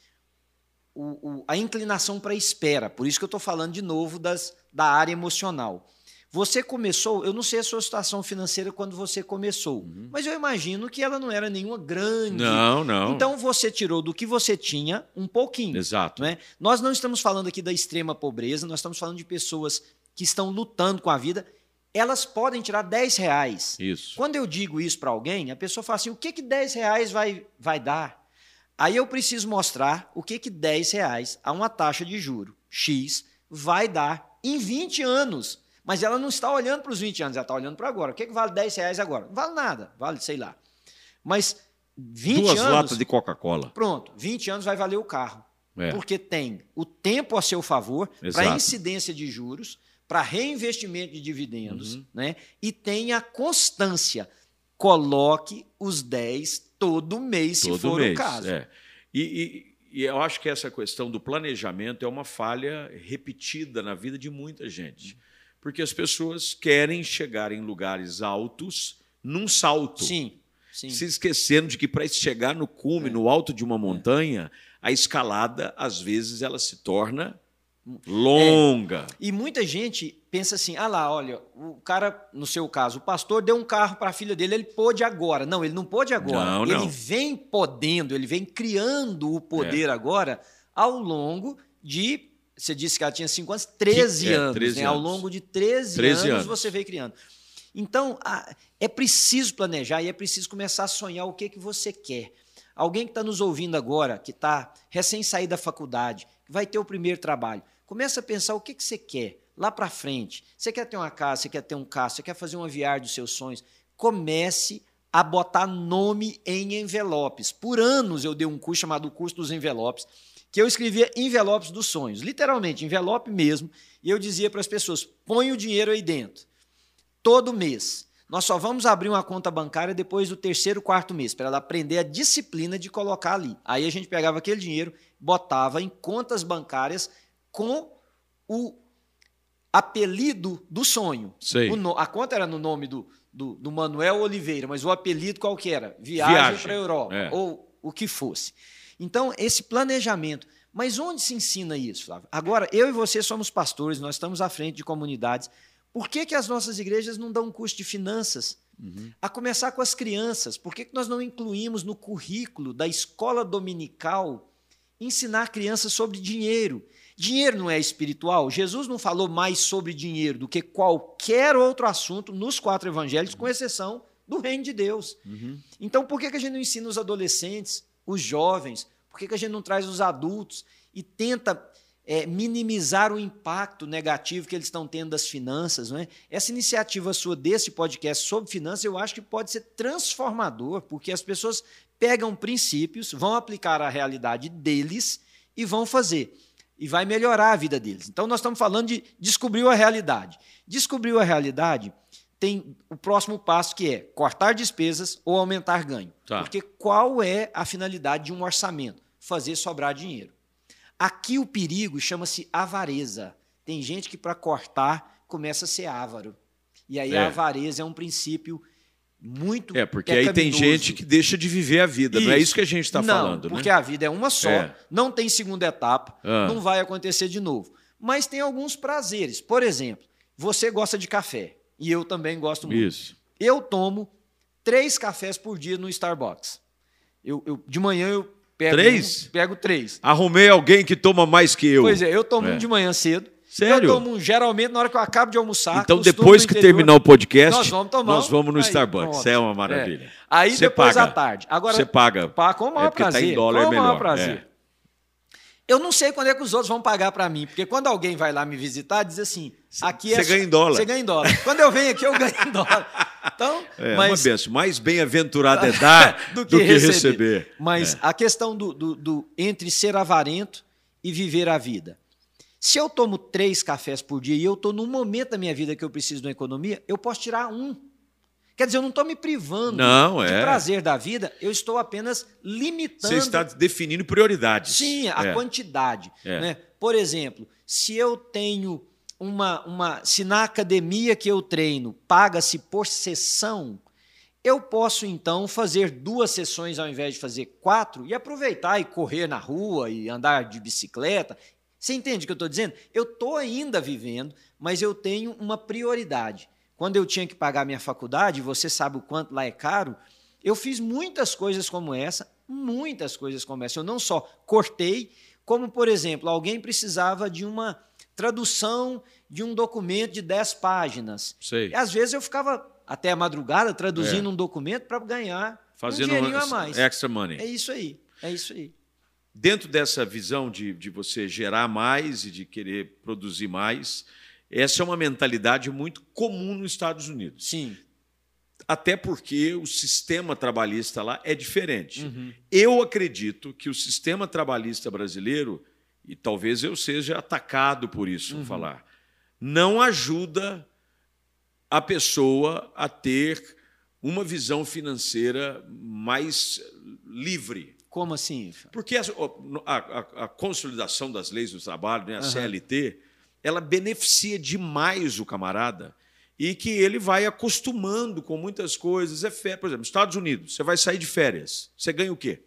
o, o, a inclinação para a espera. Por isso que eu estou falando de novo das, da área emocional. Você começou, eu não sei a sua situação financeira quando você começou, uhum. mas eu imagino que ela não era nenhuma grande. Não, não. Então você tirou do que você tinha um pouquinho. Exato. Não é? Nós não estamos falando aqui da extrema pobreza, nós estamos falando de pessoas que estão lutando com a vida. Elas podem tirar dez reais. Isso. Quando eu digo isso para alguém, a pessoa fala assim, o que, que dez reais vai, vai dar? Aí eu preciso mostrar o que, que dez reais a uma taxa de juro X vai dar em vinte anos. Mas ela não está olhando para os vinte anos, ela está olhando para agora. O que, que vale dez reais agora? Não vale nada, vale, sei lá. Mas vinte Duas anos... latas de Coca-Cola. Pronto, vinte anos vai valer o carro. É. Porque tem o tempo a seu favor para incidência de juros, para reinvestimento de dividendos, uhum. né? E tem a constância. Coloque os dez todo mês, todo se for mês, o caso. É. E, e, e eu acho que essa questão do planejamento é uma falha repetida na vida de muita gente. Porque as pessoas querem chegar em lugares altos num salto. Sim, sim. Se esquecendo de que, para chegar no cume, é. no alto de uma montanha, é. a escalada, às vezes, ela se torna... longa. É. E muita gente pensa assim, ah lá, olha, o cara, no seu caso, o pastor deu um carro para a filha dele, ele pôde agora. Não, ele não pôde agora. Não, ele não. vem podendo, ele vem criando o poder é. agora ao longo de, você disse que ela tinha cinco anos, treze que, é, anos. treze né? anos. Ao longo de treze, treze anos, anos você veio criando. Então, é preciso planejar e é preciso começar a sonhar o que, que você quer. Alguém que está nos ouvindo agora, que está recém saído da faculdade, que vai ter o primeiro trabalho, começa a pensar o que, que você quer lá para frente. Você quer ter uma casa, você quer ter um carro, você quer fazer uma viagem dos seus sonhos. Comece a botar nome em envelopes. Por anos eu dei um curso chamado o curso dos envelopes, que eu escrevia envelopes dos sonhos, literalmente, envelope mesmo, e eu dizia para as pessoas, põe o dinheiro aí dentro, todo mês. Nós só vamos abrir uma conta bancária depois do terceiro, quarto mês, para ela aprender a disciplina de colocar ali. Aí a gente pegava aquele dinheiro, botava em contas bancárias com o apelido do sonho. Sei. O no... A conta era no nome do, do, do Manuel Oliveira, mas o apelido qual que era? Viagem, Viagem. para a Europa. É. Ou o que fosse. Então, esse planejamento. Mas onde se ensina isso, Flávio? Agora, eu e você somos pastores, nós estamos à frente de comunidades. Por que, que as nossas igrejas não dão um curso de finanças? Uhum. A começar com as crianças. Por que, que nós não incluímos no currículo da escola dominical ensinar crianças sobre dinheiro? Dinheiro não é espiritual? Jesus não falou mais sobre dinheiro do que qualquer outro assunto nos quatro evangelhos, com exceção do reino de Deus. Uhum. Então, por que, que a gente não ensina os adolescentes, os jovens? Por que, que a gente não traz os adultos e tenta é, minimizar o impacto negativo que eles estão tendo das finanças? Não é? Essa iniciativa sua desse podcast sobre finanças, eu acho que pode ser transformador, porque as pessoas pegam princípios, vão aplicar a realidade deles e vão fazer. E vai melhorar a vida deles. Então, nós estamos falando de descobrir a realidade. Descobriu a realidade, tem o próximo passo, que é cortar despesas ou aumentar ganho. Tá. Porque qual é a finalidade de um orçamento? Fazer sobrar dinheiro. Aqui o perigo chama-se avareza. Tem gente que, para cortar, começa a ser avaro. E aí é. a avareza é um princípio muito É, porque aí tem gente que deixa de viver a vida. Isso. Não é isso que a gente está falando, porque né? a vida é uma só. É. Não tem segunda etapa. Ah. Não vai acontecer de novo. Mas tem alguns prazeres. Por exemplo, você gosta de café. E eu também gosto muito. Isso. Eu tomo três cafés por dia no Starbucks. Eu, eu, de manhã eu pego três? Um, pego três. Arrumei alguém que toma mais que eu. Pois é, eu tomo é. um de manhã cedo. Sério? Eu tomo um, geralmente, na hora que eu acabo de almoçar. Então, depois que terminar o podcast, nós vamos, tomar nós vamos no aí, Starbucks. Isso é uma maravilha. É. Aí, Você depois paga. à tarde. Agora, Você paga. Paga com o maior é porque prazer. Tá em dólar, com o é melhor. maior prazer. É. Eu não sei quando é que os outros vão pagar para mim, porque quando alguém vai lá me visitar, diz assim, aqui Você é... ganha em dólar. Você ganha em dólar. Quando eu venho aqui, eu ganho em dólar. Então, é mas... uma benção. Mais bem-aventurado é dar do que, do que receber. receber. Mas é. a questão do, do, do entre ser avarento e viver a vida. Se eu tomo três cafés por dia e eu estou num momento da minha vida que eu preciso de uma economia, eu posso tirar um. Quer dizer, eu não estou me privando não, do é. prazer da vida, eu estou apenas limitando... Você está definindo prioridades. Sim, a é. quantidade. É. Né? Por exemplo, se eu tenho uma, uma... Se na academia que eu treino paga-se por sessão, eu posso, então, fazer duas sessões ao invés de fazer quatro e aproveitar e correr na rua e andar de bicicleta. Você entende o que eu estou dizendo? Eu estou ainda vivendo, mas eu tenho uma prioridade. Quando eu tinha que pagar minha faculdade, você sabe o quanto lá é caro, eu fiz muitas coisas como essa, muitas coisas como essa. Eu não só cortei, como, por exemplo, alguém precisava de uma tradução de um documento de dez páginas. Sei. E, às vezes eu ficava até a madrugada traduzindo é. um documento para ganhar Fazendo um dinheirinho a mais. Extra money. É isso aí, é isso aí. Dentro dessa visão de, de você gerar mais e de querer produzir mais, essa é uma mentalidade muito comum nos Estados Unidos. Sim. Até porque o sistema trabalhista lá é diferente. Uhum. Eu acredito que o sistema trabalhista brasileiro, e talvez eu seja atacado por isso, uhum. falar, não ajuda a pessoa a ter uma visão financeira mais livre. Como assim? Porque a, a, a consolidação das leis do trabalho, né, a uhum. C L T, ela beneficia demais o camarada e que ele vai acostumando com muitas coisas. É férias. Por exemplo, nos Estados Unidos, você vai sair de férias. Você ganha o quê?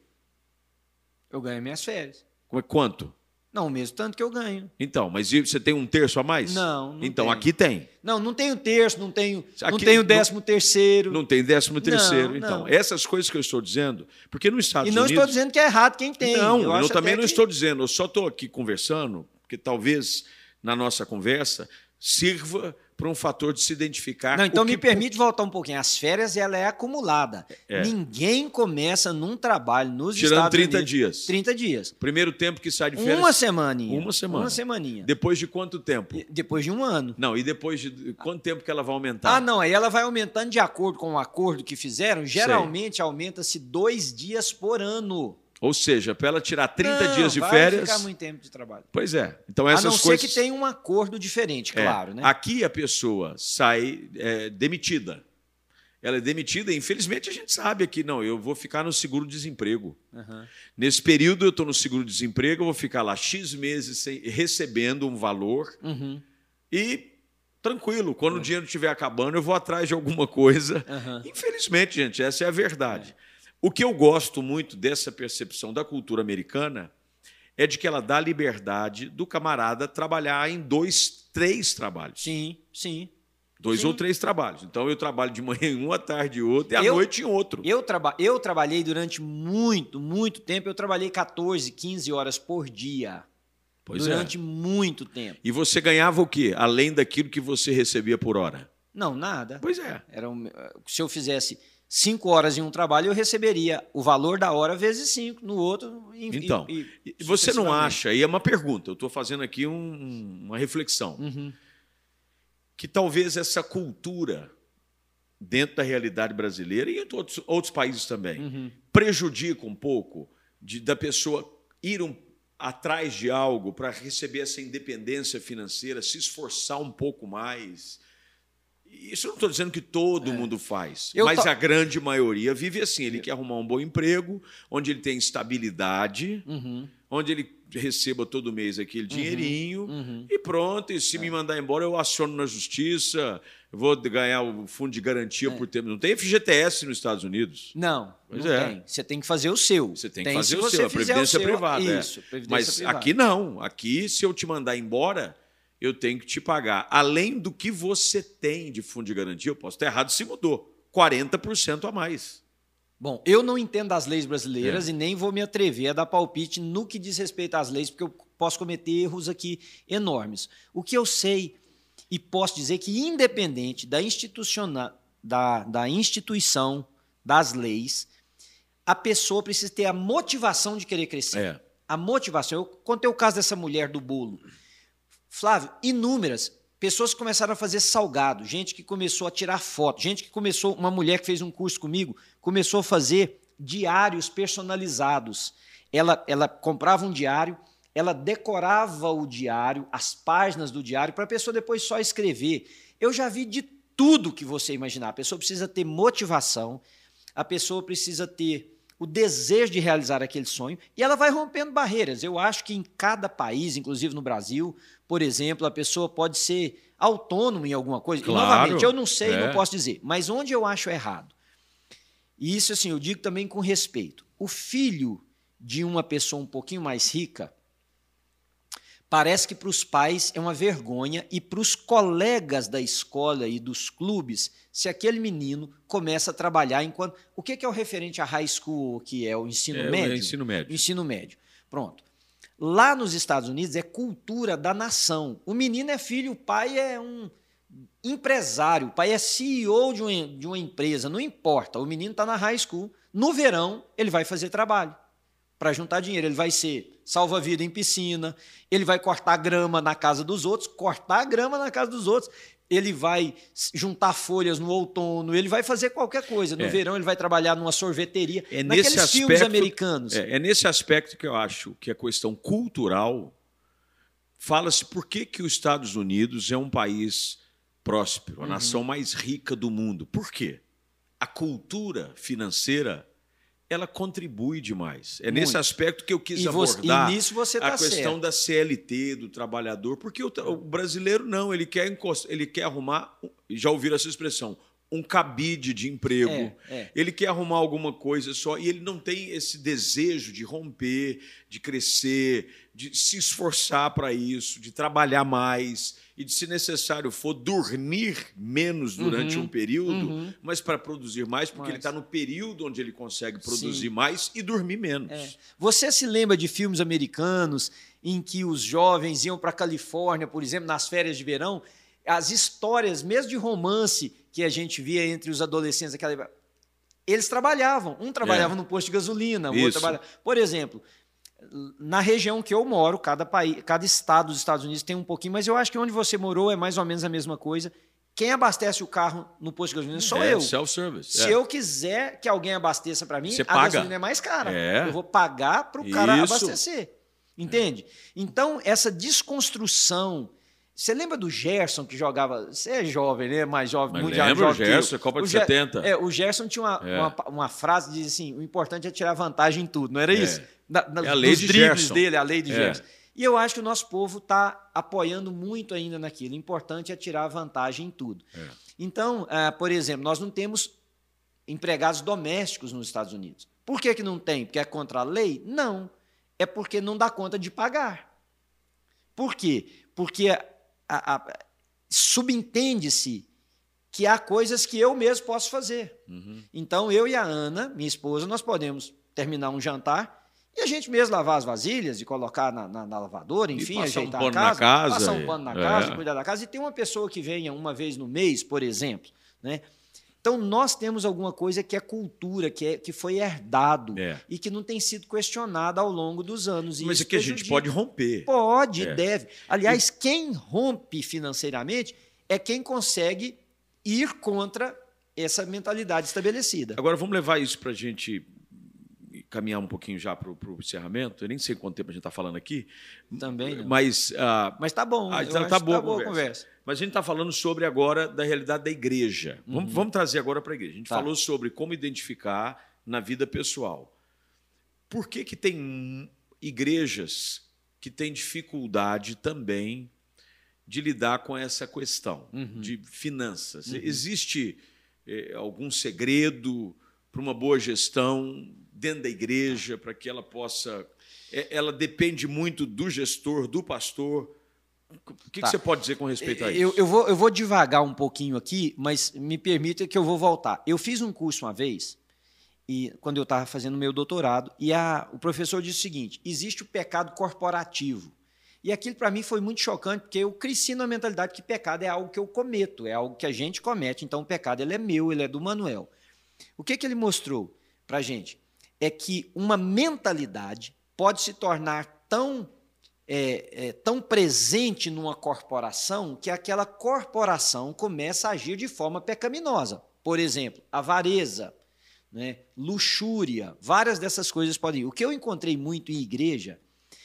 Eu ganho minhas férias. Quanto? Não, o mesmo tanto que eu ganho. Então, mas você tem um terço a mais? Não, não Então, tenho. aqui tem. Não, não tenho terço, não tenho, aqui, não tenho décimo terceiro. Não tem décimo terceiro. Não, então, não. essas coisas que eu estou dizendo, porque nos Estados Unidos... E não Unidos... estou dizendo que é errado quem tem. Não, eu, eu, eu também não que... estou dizendo. Eu só estou aqui conversando, porque talvez na nossa conversa sirva para um fator de se identificar. Não, então o que... me permite voltar um pouquinho. As férias ela é acumulada. É. Ninguém começa num trabalho nos Tirando Estados trinta Unidos... dias. trinta dias. Primeiro tempo que sai de férias... Uma semaninha. Uma semana. Uma semaninha. Depois de quanto tempo? E depois de um ano. Não, e depois de quanto tempo que ela vai aumentar? Ah, não, aí ela vai aumentando de acordo com o acordo que fizeram. Geralmente aumenta-se dois dias por ano. Ou seja, para ela tirar trinta não, dias de vai férias... ficar muito tempo de trabalho. Pois é. Então essas a não coisas... ser que tenha um acordo diferente, claro. É. Né? Aqui a pessoa sai é, demitida. Ela é demitida e, infelizmente, a gente sabe aqui, não, eu vou ficar no seguro-desemprego. Uhum. Nesse período eu estou no seguro-desemprego, eu vou ficar lá X meses sem, recebendo um valor uhum. e... tranquilo, quando uhum. o dinheiro estiver acabando, eu vou atrás de alguma coisa. Uhum. Infelizmente, gente, essa é a verdade. É. O que eu gosto muito dessa percepção da cultura americana é de que ela dá liberdade do camarada trabalhar em dois, três trabalhos. Sim, sim. Dois sim. ou três trabalhos. Então, eu trabalho de manhã em um, à tarde em outro, e à eu, noite em outro. Eu, traba eu trabalhei durante muito, muito tempo. Eu trabalhei quatorze, quinze horas por dia. Pois durante é. muito tempo. E você ganhava o quê? Além daquilo que você recebia por hora? Não, nada. Pois é. Era um, se eu fizesse cinco horas em um trabalho, eu receberia o valor da hora vezes cinco, no outro... E, então, e, e, você não acha, e é uma pergunta, eu estou fazendo aqui um, uma reflexão, uhum. que talvez essa cultura, dentro da realidade brasileira e em outros, outros países também, uhum. prejudica um pouco de, da pessoa ir um, atrás de algo para receber essa independência financeira, se esforçar um pouco mais... Isso eu não estou dizendo que todo é. mundo faz, eu mas to... a grande maioria vive assim. Ele eu... quer arrumar um bom emprego, onde ele tem estabilidade, uhum. onde ele receba todo mês aquele dinheirinho uhum. Uhum. e pronto. E se é. me mandar embora, eu aciono na justiça, eu vou ganhar o fundo de garantia é. por tempo. Não tem F G T S nos Estados Unidos? Não, pois não é. tem. Você tem que fazer o seu. Você tem, tem que fazer o seu, a previdência o seu, privada. Isso, é. previdência Mas privada. Aqui não. Aqui, se eu te mandar embora... eu tenho que te pagar, além do que você tem de fundo de garantia, eu posso estar errado se mudou, quarenta por cento a mais. Bom, eu não entendo as leis brasileiras é. e nem vou me atrever a dar palpite no que diz respeito às leis, porque eu posso cometer erros aqui enormes. O que eu sei e posso dizer que, independente da, institucional, da, da instituição, das leis, a pessoa precisa ter a motivação de querer crescer. É. A motivação. Eu contei o caso dessa mulher do bolo. Flávio, inúmeras pessoas que começaram a fazer salgado, gente que começou a tirar foto, gente que começou, uma mulher que fez um curso comigo, começou a fazer diários personalizados. Ela, ela comprava um diário, ela decorava o diário, as páginas do diário, para a pessoa depois só escrever. Eu já vi de tudo que você imaginar. A pessoa precisa ter motivação, a pessoa precisa ter o desejo de realizar aquele sonho, e ela vai rompendo barreiras. Eu acho que em cada país, inclusive no Brasil, por exemplo, a pessoa pode ser autônoma em alguma coisa. Claro, e, novamente, eu não sei, é. não posso dizer, mas onde eu acho errado, e isso assim, eu digo também com respeito, o filho de uma pessoa um pouquinho mais rica, parece que para os pais é uma vergonha, e para os colegas da escola e dos clubes, se aquele menino começa a trabalhar enquanto... O que é o referente à high school, que é o ensino é, médio? É o ensino médio. O ensino médio. Pronto. Lá nos Estados Unidos é cultura da nação. O menino é filho, o pai é um empresário, o pai é C E O de uma, de uma empresa, não importa. O menino está na high school, no verão ele vai fazer trabalho para juntar dinheiro. Ele vai ser salva-vida em piscina, ele vai cortar grama na casa dos outros, cortar grama na casa dos outros, ele vai juntar folhas no outono, ele vai fazer qualquer coisa. No é. verão ele vai trabalhar numa sorveteria, é naqueles nesse aspecto, filmes americanos. É, é nesse aspecto que eu acho que a questão cultural fala-se por que, que os Estados Unidos é um país próspero, a uhum. nação mais rica do mundo. Por quê? A cultura financeira ela contribui demais. É Muito. nesse aspecto que eu quis e você, abordar e nisso você a tá questão certo. da C L T, do trabalhador, porque o, o brasileiro não, ele quer, encost, ele quer arrumar, já ouviram essa expressão, um cabide de emprego, é, é. ele quer arrumar alguma coisa só, e ele não tem esse desejo de romper, de crescer, de se esforçar para isso, de trabalhar mais, e de, se necessário for, dormir menos durante uhum, um período, uhum. mas para produzir mais, porque mas... ele está no período onde ele consegue produzir Sim. mais e dormir menos. É. Você se lembra de filmes americanos em que os jovens iam para a Califórnia, por exemplo, nas férias de verão? As histórias, mesmo de romance, que a gente via entre os adolescentes daquela... eles trabalhavam. Um trabalhava é. no posto de gasolina, o outro trabalhava... Por exemplo, na região que eu moro, cada, país, cada estado dos Estados Unidos tem um pouquinho, mas eu acho que onde você morou é mais ou menos a mesma coisa. Quem abastece o carro no posto de gasolina sou é, eu. Self-service. Se é. eu quiser que alguém abasteça para mim, você a paga. gasolina é mais cara. É. Eu vou pagar para o cara Isso. abastecer. Entende? Então, essa desconstrução... Você lembra do Gerson que jogava... Você é jovem, né? Mais jovem, Mas muito lembro, jovem. o Gerson, Copa de setenta. É, o Gerson tinha uma, é. uma, uma frase que diz assim, o importante é tirar vantagem em tudo, não era isso? É. Na, na, é a lei dos de dribles Gerson. dele, a lei de é. Gerson. E eu acho que o nosso povo está apoiando muito ainda naquilo. O importante é tirar vantagem em tudo. É. Então, uh, por exemplo, nós não temos empregados domésticos nos Estados Unidos. Por que, que não tem? Porque é contra a lei? Não. É porque não dá conta de pagar. Por quê? Porque a, a, subentende-se que há coisas que eu mesmo posso fazer. Uhum. Então, eu e a Ana, minha esposa, nós podemos terminar um jantar e a gente mesmo lavar as vasilhas e colocar na, na, na lavadora, enfim, ajeitar um a casa, casa, passar um pano na é. casa, cuidar da casa. E tem uma pessoa que venha uma vez no mês, por exemplo, né? Então, nós temos alguma coisa que é cultura, que, é, que foi herdado é. e que não tem sido questionada ao longo dos anos. Mas é que a gente pode romper. Pode, é. deve. Aliás, e... quem rompe financeiramente é quem consegue ir contra essa mentalidade estabelecida. Agora, vamos levar isso para a gente caminhar um pouquinho já para o encerramento. Eu nem sei quanto tempo a gente está falando aqui. Também não. Mas uh, mas tá bom. Ah, tá, tá boa, tá boa a conversa. conversa. Mas a gente está falando sobre agora da realidade da igreja. Uhum. Vamos, vamos trazer agora para a igreja. A gente tá. falou sobre como identificar na vida pessoal. Por que, que tem igrejas que têm dificuldade também de lidar com essa questão uhum. de finanças? Uhum. Existe eh, algum segredo para uma boa gestão dentro da igreja, para que ela possa... Ela depende muito do gestor, do pastor. O que, tá. que você pode dizer com respeito a isso? Eu, eu, vou, eu vou devagar um pouquinho aqui, mas me permita que eu vou voltar. Eu fiz um curso uma vez, e, quando eu estava fazendo meu doutorado, e a, o professor disse o seguinte: existe o pecado corporativo. E aquilo, para mim, foi muito chocante, porque eu cresci na mentalidade que pecado é algo que eu cometo, é algo que a gente comete, então o pecado ele é meu, ele é do Manuel. O que, que ele mostrou para a gente? É que uma mentalidade pode se tornar tão, é, é, tão presente numa corporação que aquela corporação começa a agir de forma pecaminosa. Por exemplo, avareza, né, luxúria, várias dessas coisas podem ir. O que eu encontrei muito em igreja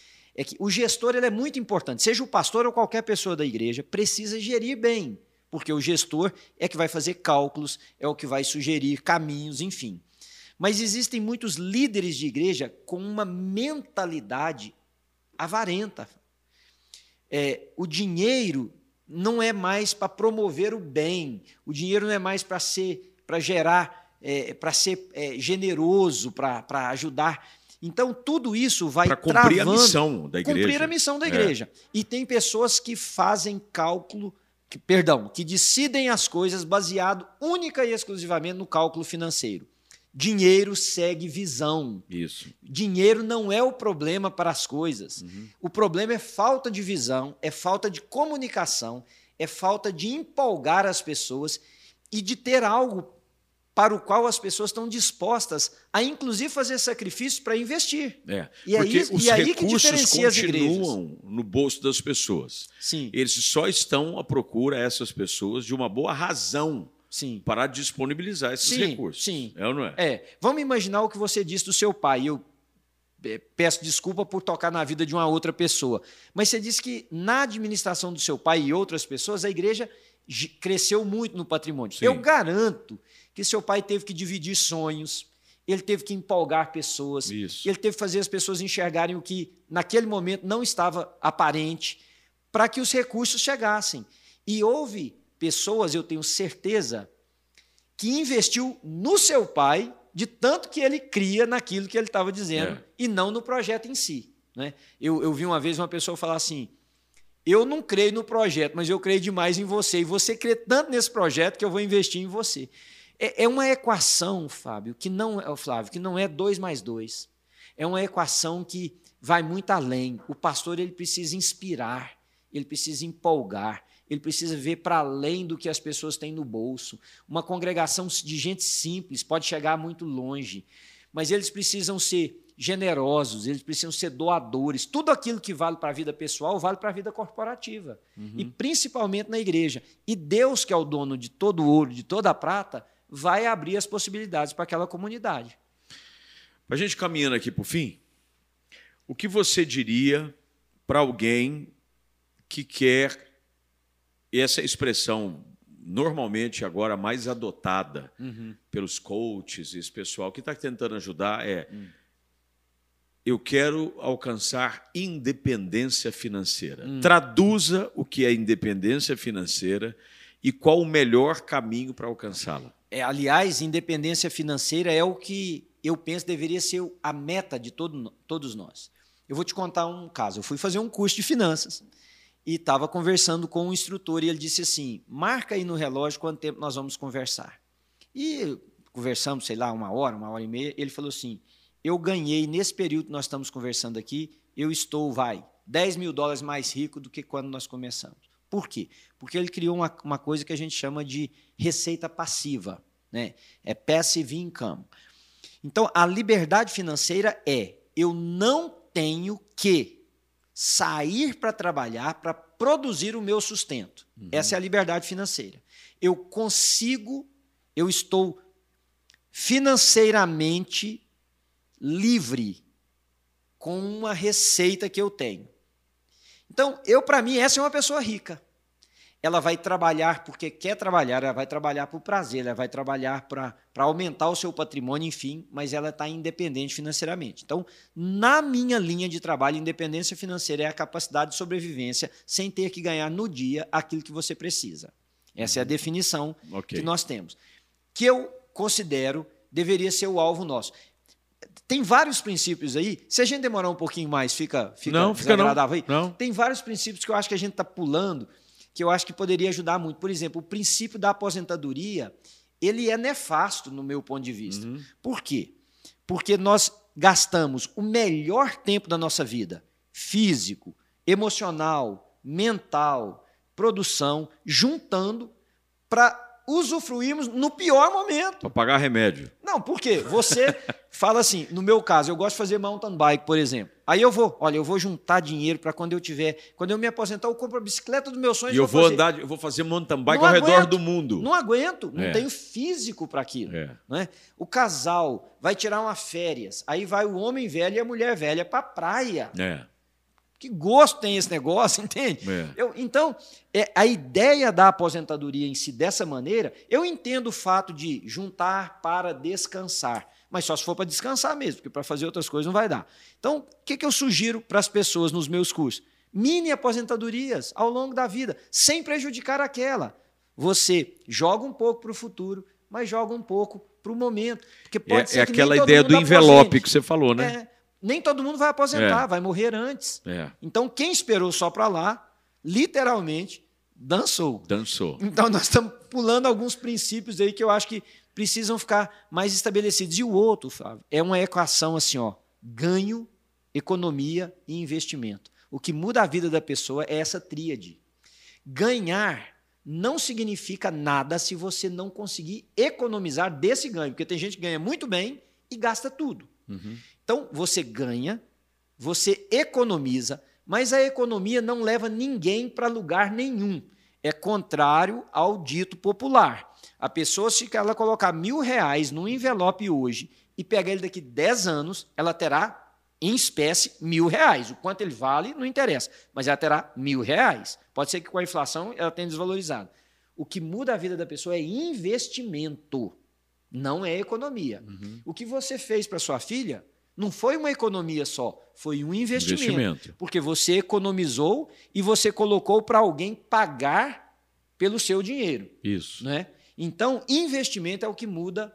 é que o gestor ele é muito importante, seja o pastor ou qualquer pessoa da igreja, precisa gerir bem, porque o gestor é que vai fazer cálculos, é o que vai sugerir caminhos, enfim. Mas existem muitos líderes de igreja com uma mentalidade avarenta. É, o dinheiro não é mais para promover o bem, o dinheiro não é mais para ser, para gerar, é, para ser é, generoso, para, para ajudar. Então, tudo isso vai travando... Para cumprir travando, a missão da igreja. Cumprir a missão da igreja. É. E tem pessoas que fazem cálculo, que, perdão, que decidem as coisas baseado única e exclusivamente no cálculo financeiro. Dinheiro segue visão. Isso. Dinheiro não é o problema para as coisas. Uhum. O problema é falta de visão, é falta de comunicação, é falta de empolgar as pessoas e de ter algo para o qual as pessoas estão dispostas a, inclusive, fazer sacrifícios para investir. É, e aí, os e aí recursos que diferencia continuam no bolso das pessoas. Sim. Eles só estão à procura, essas pessoas, de uma boa razão sim. para disponibilizar esses sim, recursos. Sim. É ou não é? É. Vamos imaginar o que você disse do seu pai. Eu peço desculpa por tocar na vida de uma outra pessoa. Mas você disse que na administração do seu pai e outras pessoas, a igreja cresceu muito no patrimônio. Sim. Eu garanto que seu pai teve que dividir sonhos, ele teve que empolgar pessoas, Isso. ele teve que fazer as pessoas enxergarem o que naquele momento não estava aparente, para que os recursos chegassem. E houve pessoas, eu tenho certeza, que investiu no seu pai de tanto que ele cria naquilo que ele estava dizendo é. e não no projeto em si. Né? Eu, eu vi uma vez uma pessoa falar assim: eu não creio no projeto, mas eu creio demais em você, e você crê tanto nesse projeto que eu vou investir em você. É, é uma equação, Fábio, que não, Flávio, que não é dois mais dois. É uma equação que vai muito além. O pastor ele precisa inspirar, ele precisa empolgar, ele precisa ver para além do que as pessoas têm no bolso. Uma congregação de gente simples pode chegar muito longe, mas eles precisam ser generosos, eles precisam ser doadores. Tudo aquilo que vale para a vida pessoal vale para a vida corporativa, uhum. e principalmente na igreja. E Deus, que é o dono de todo o ouro, de toda a prata, vai abrir as possibilidades para aquela comunidade. Para a gente caminhando aqui para o fim, o que você diria para alguém que quer... E essa expressão, normalmente agora mais adotada uhum. pelos coaches e esse pessoal que está tentando ajudar é uhum. eu quero alcançar independência financeira. Uhum. Traduza o que é independência financeira e qual o melhor caminho para alcançá-la. É, aliás, independência financeira é o que eu penso deveria ser a meta de todo, todos nós. Eu vou te contar um caso. Eu fui fazer um curso de finanças e estava conversando com um instrutor e ele disse assim, marca aí no relógio quanto tempo nós vamos conversar. E conversamos, sei lá, uma hora, uma hora e meia. Ele falou assim, eu ganhei nesse período que nós estamos conversando aqui, eu estou, vai, dez mil dólares mais rico do que quando nós começamos. Por quê? Porque ele criou uma, uma coisa que a gente chama de receita passiva, né? É passive income. Então, a liberdade financeira é, eu não tenho que sair para trabalhar para produzir o meu sustento. Uhum. Essa é a liberdade financeira. Eu consigo, eu estou financeiramente livre com uma receita que eu tenho. Então, eu, para mim, essa é uma pessoa rica. Ela vai trabalhar porque quer trabalhar, ela vai trabalhar por prazer, ela vai trabalhar para aumentar o seu patrimônio, enfim, mas ela está independente financeiramente. Então, na minha linha de trabalho, independência financeira é a capacidade de sobrevivência sem ter que ganhar no dia aquilo que você precisa. Essa é a definição okay. que nós temos. Que eu considero deveria ser o alvo nosso. Tem vários princípios aí. Se a gente demorar um pouquinho mais, fica, fica não, desagradável fica não. aí. Não. Tem vários princípios que eu acho que a gente está pulando, que eu acho que poderia ajudar muito. Por exemplo, o princípio da aposentadoria, ele é nefasto no meu ponto de vista. Uhum. Por quê? Porque nós gastamos o melhor tempo da nossa vida, físico, emocional, mental, produção, juntando para usufruirmos no pior momento. Para pagar remédio. Não, por quê? Você fala assim, no meu caso, eu gosto de fazer mountain bike, por exemplo. Aí eu vou, olha, eu vou juntar dinheiro para quando eu tiver, quando eu me aposentar, eu compro a bicicleta dos meus sonhos. E eu vou fazer. andar, eu vou fazer mountain bike não ao aguento, redor do mundo. Não aguento, não é. tenho físico para aquilo. É. Né? O casal vai tirar uma férias, aí vai o homem velho e a mulher velha para a praia. É. Que gosto tem esse negócio, entende? É. Eu, então, é, a ideia da aposentadoria em si, dessa maneira, eu entendo o fato de juntar para descansar, mas só se for para descansar mesmo, porque para fazer outras coisas não vai dar. Então, o que, que eu sugiro para as pessoas nos meus cursos? Mini aposentadorias ao longo da vida, sem prejudicar aquela. Você joga um pouco para o futuro, mas joga um pouco para o momento. Porque pode é ser é que aquela nem ideia todo do mundo envelope aposente. que você falou, né? É. Nem todo mundo vai aposentar, é. vai morrer antes. É. Então, quem esperou só para lá, literalmente, dançou. Dançou. Então, nós estamos pulando alguns princípios aí que eu acho que precisam ficar mais estabelecidos. E o outro, Flávio, é uma equação assim, ó, ganho, economia e investimento. O que muda a vida da pessoa é essa tríade. Ganhar não significa nada se você não conseguir economizar desse ganho, porque tem gente que ganha muito bem e gasta tudo. Uhum. Então, você ganha, você economiza, mas a economia não leva ninguém para lugar nenhum. É contrário ao dito popular. A pessoa, se ela colocar mil reais num envelope hoje e pegar ele daqui dez anos, ela terá, em espécie, mil reais. O quanto ele vale, não interessa, mas ela terá mil reais. Pode ser que com a inflação ela tenha desvalorizado. O que muda a vida da pessoa é investimento, não é economia. Uhum. O que você fez para sua filha não foi uma economia só, foi um investimento, investimento. Porque você economizou e você colocou para alguém pagar pelo seu dinheiro. Isso. Né? Então, investimento é o que muda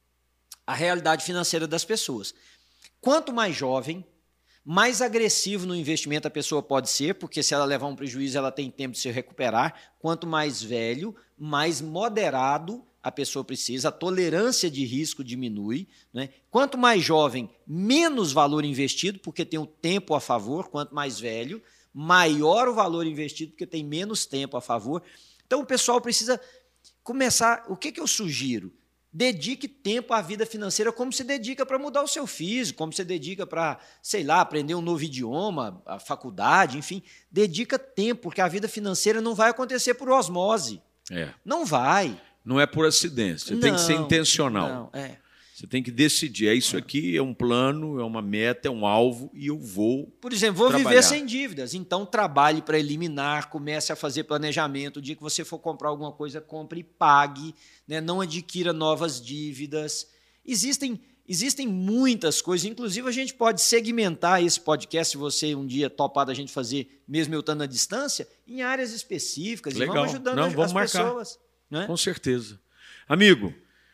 a realidade financeira das pessoas. Quanto mais jovem, mais agressivo no investimento a pessoa pode ser, porque se ela levar um prejuízo, ela tem tempo de se recuperar. Quanto mais velho, mais moderado a pessoa precisa, a tolerância de risco diminui. Né? Quanto mais jovem, menos valor investido, porque tem o tempo a favor. Quanto mais velho, maior o valor investido, porque tem menos tempo a favor. Então, o pessoal precisa começar... O que, que eu sugiro? Dedique tempo à vida financeira como se dedica para mudar o seu físico, como se dedica para, sei lá, aprender um novo idioma, a faculdade, enfim. Dedica tempo, porque a vida financeira não vai acontecer por osmose. É. Não vai. Não é por acidente, você não, tem que ser intencional. Não, é. Você tem que decidir, é isso aqui, é um plano, é uma meta, é um alvo e eu vou Por exemplo, vou trabalhar. viver sem dívidas, então trabalhe para eliminar, comece a fazer planejamento, o dia que você for comprar alguma coisa, compre e pague, né? Não adquira novas dívidas. Existem, existem muitas coisas, inclusive a gente pode segmentar esse podcast, se você um dia topar da gente fazer, mesmo eu estando à distância, em áreas específicas. Legal. E vamos ajudando Não, as, vamos as marcar. pessoas. Né? Com certeza. Amigo,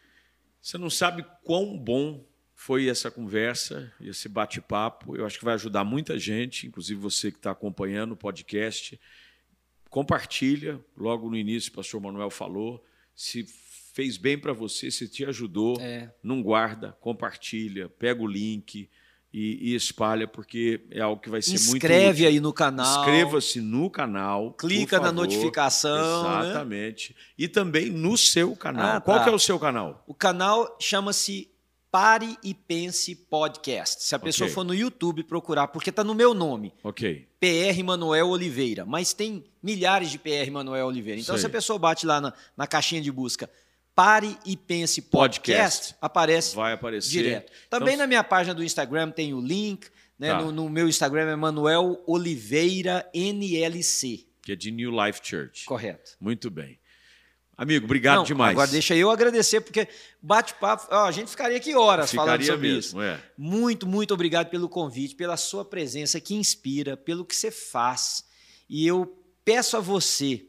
Você não sabe quão bom foi essa conversa, esse bate-papo. Eu acho que vai ajudar muita gente, inclusive você que está acompanhando o podcast. Compartilha, logo no início o pastor Manuel falou, se fez bem para você, se te ajudou, é. não guarda, compartilha, pega o link e, e espalha, porque é algo que vai ser Inscreve muito útil. Inscreve aí no canal. Inscreva-se no canal. Clica na notificação. Exatamente. Né? E também no seu canal. Ah, Qual tá. que é o seu canal? O canal chama-se Pare e Pense Podcast. Se a pessoa okay. for no YouTube procurar, porque está no meu nome. Ok. P R Manuel Oliveira. Mas tem milhares de P R Manuel Oliveira. Então, se a pessoa bate lá na, na caixinha de busca Pare e Pense Podcast, Podcast. aparece Vai aparecer. direto. Também então, na minha página do Instagram tem o link. Né? Tá. No, no meu Instagram é Manuel Oliveira N L C. Que é de New Life Church. Correto. Muito bem. Amigo, obrigado Não, demais. Agora deixa eu agradecer, porque bate-papo, a gente ficaria aqui horas ficaria falando sobre mesmo, isso. É. Muito, muito obrigado pelo convite, pela sua presença que inspira, pelo que você faz. E eu peço a você,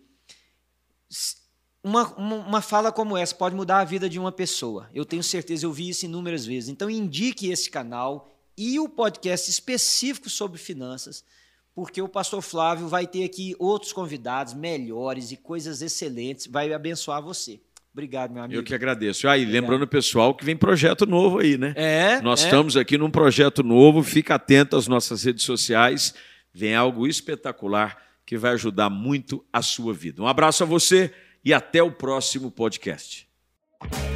uma, uma, uma fala como essa pode mudar a vida de uma pessoa. Eu tenho certeza, eu vi isso inúmeras vezes. Então indique esse canal e o podcast específico sobre finanças, porque o pastor Flávio vai ter aqui outros convidados melhores e coisas excelentes, vai abençoar você. Obrigado, meu amigo. Eu que agradeço. Ah, e lembrando, pessoal, que vem projeto novo aí, né? É. Nós é. estamos aqui num projeto novo, fica atento às nossas redes sociais, vem algo espetacular que vai ajudar muito a sua vida. Um abraço a você e até o próximo podcast.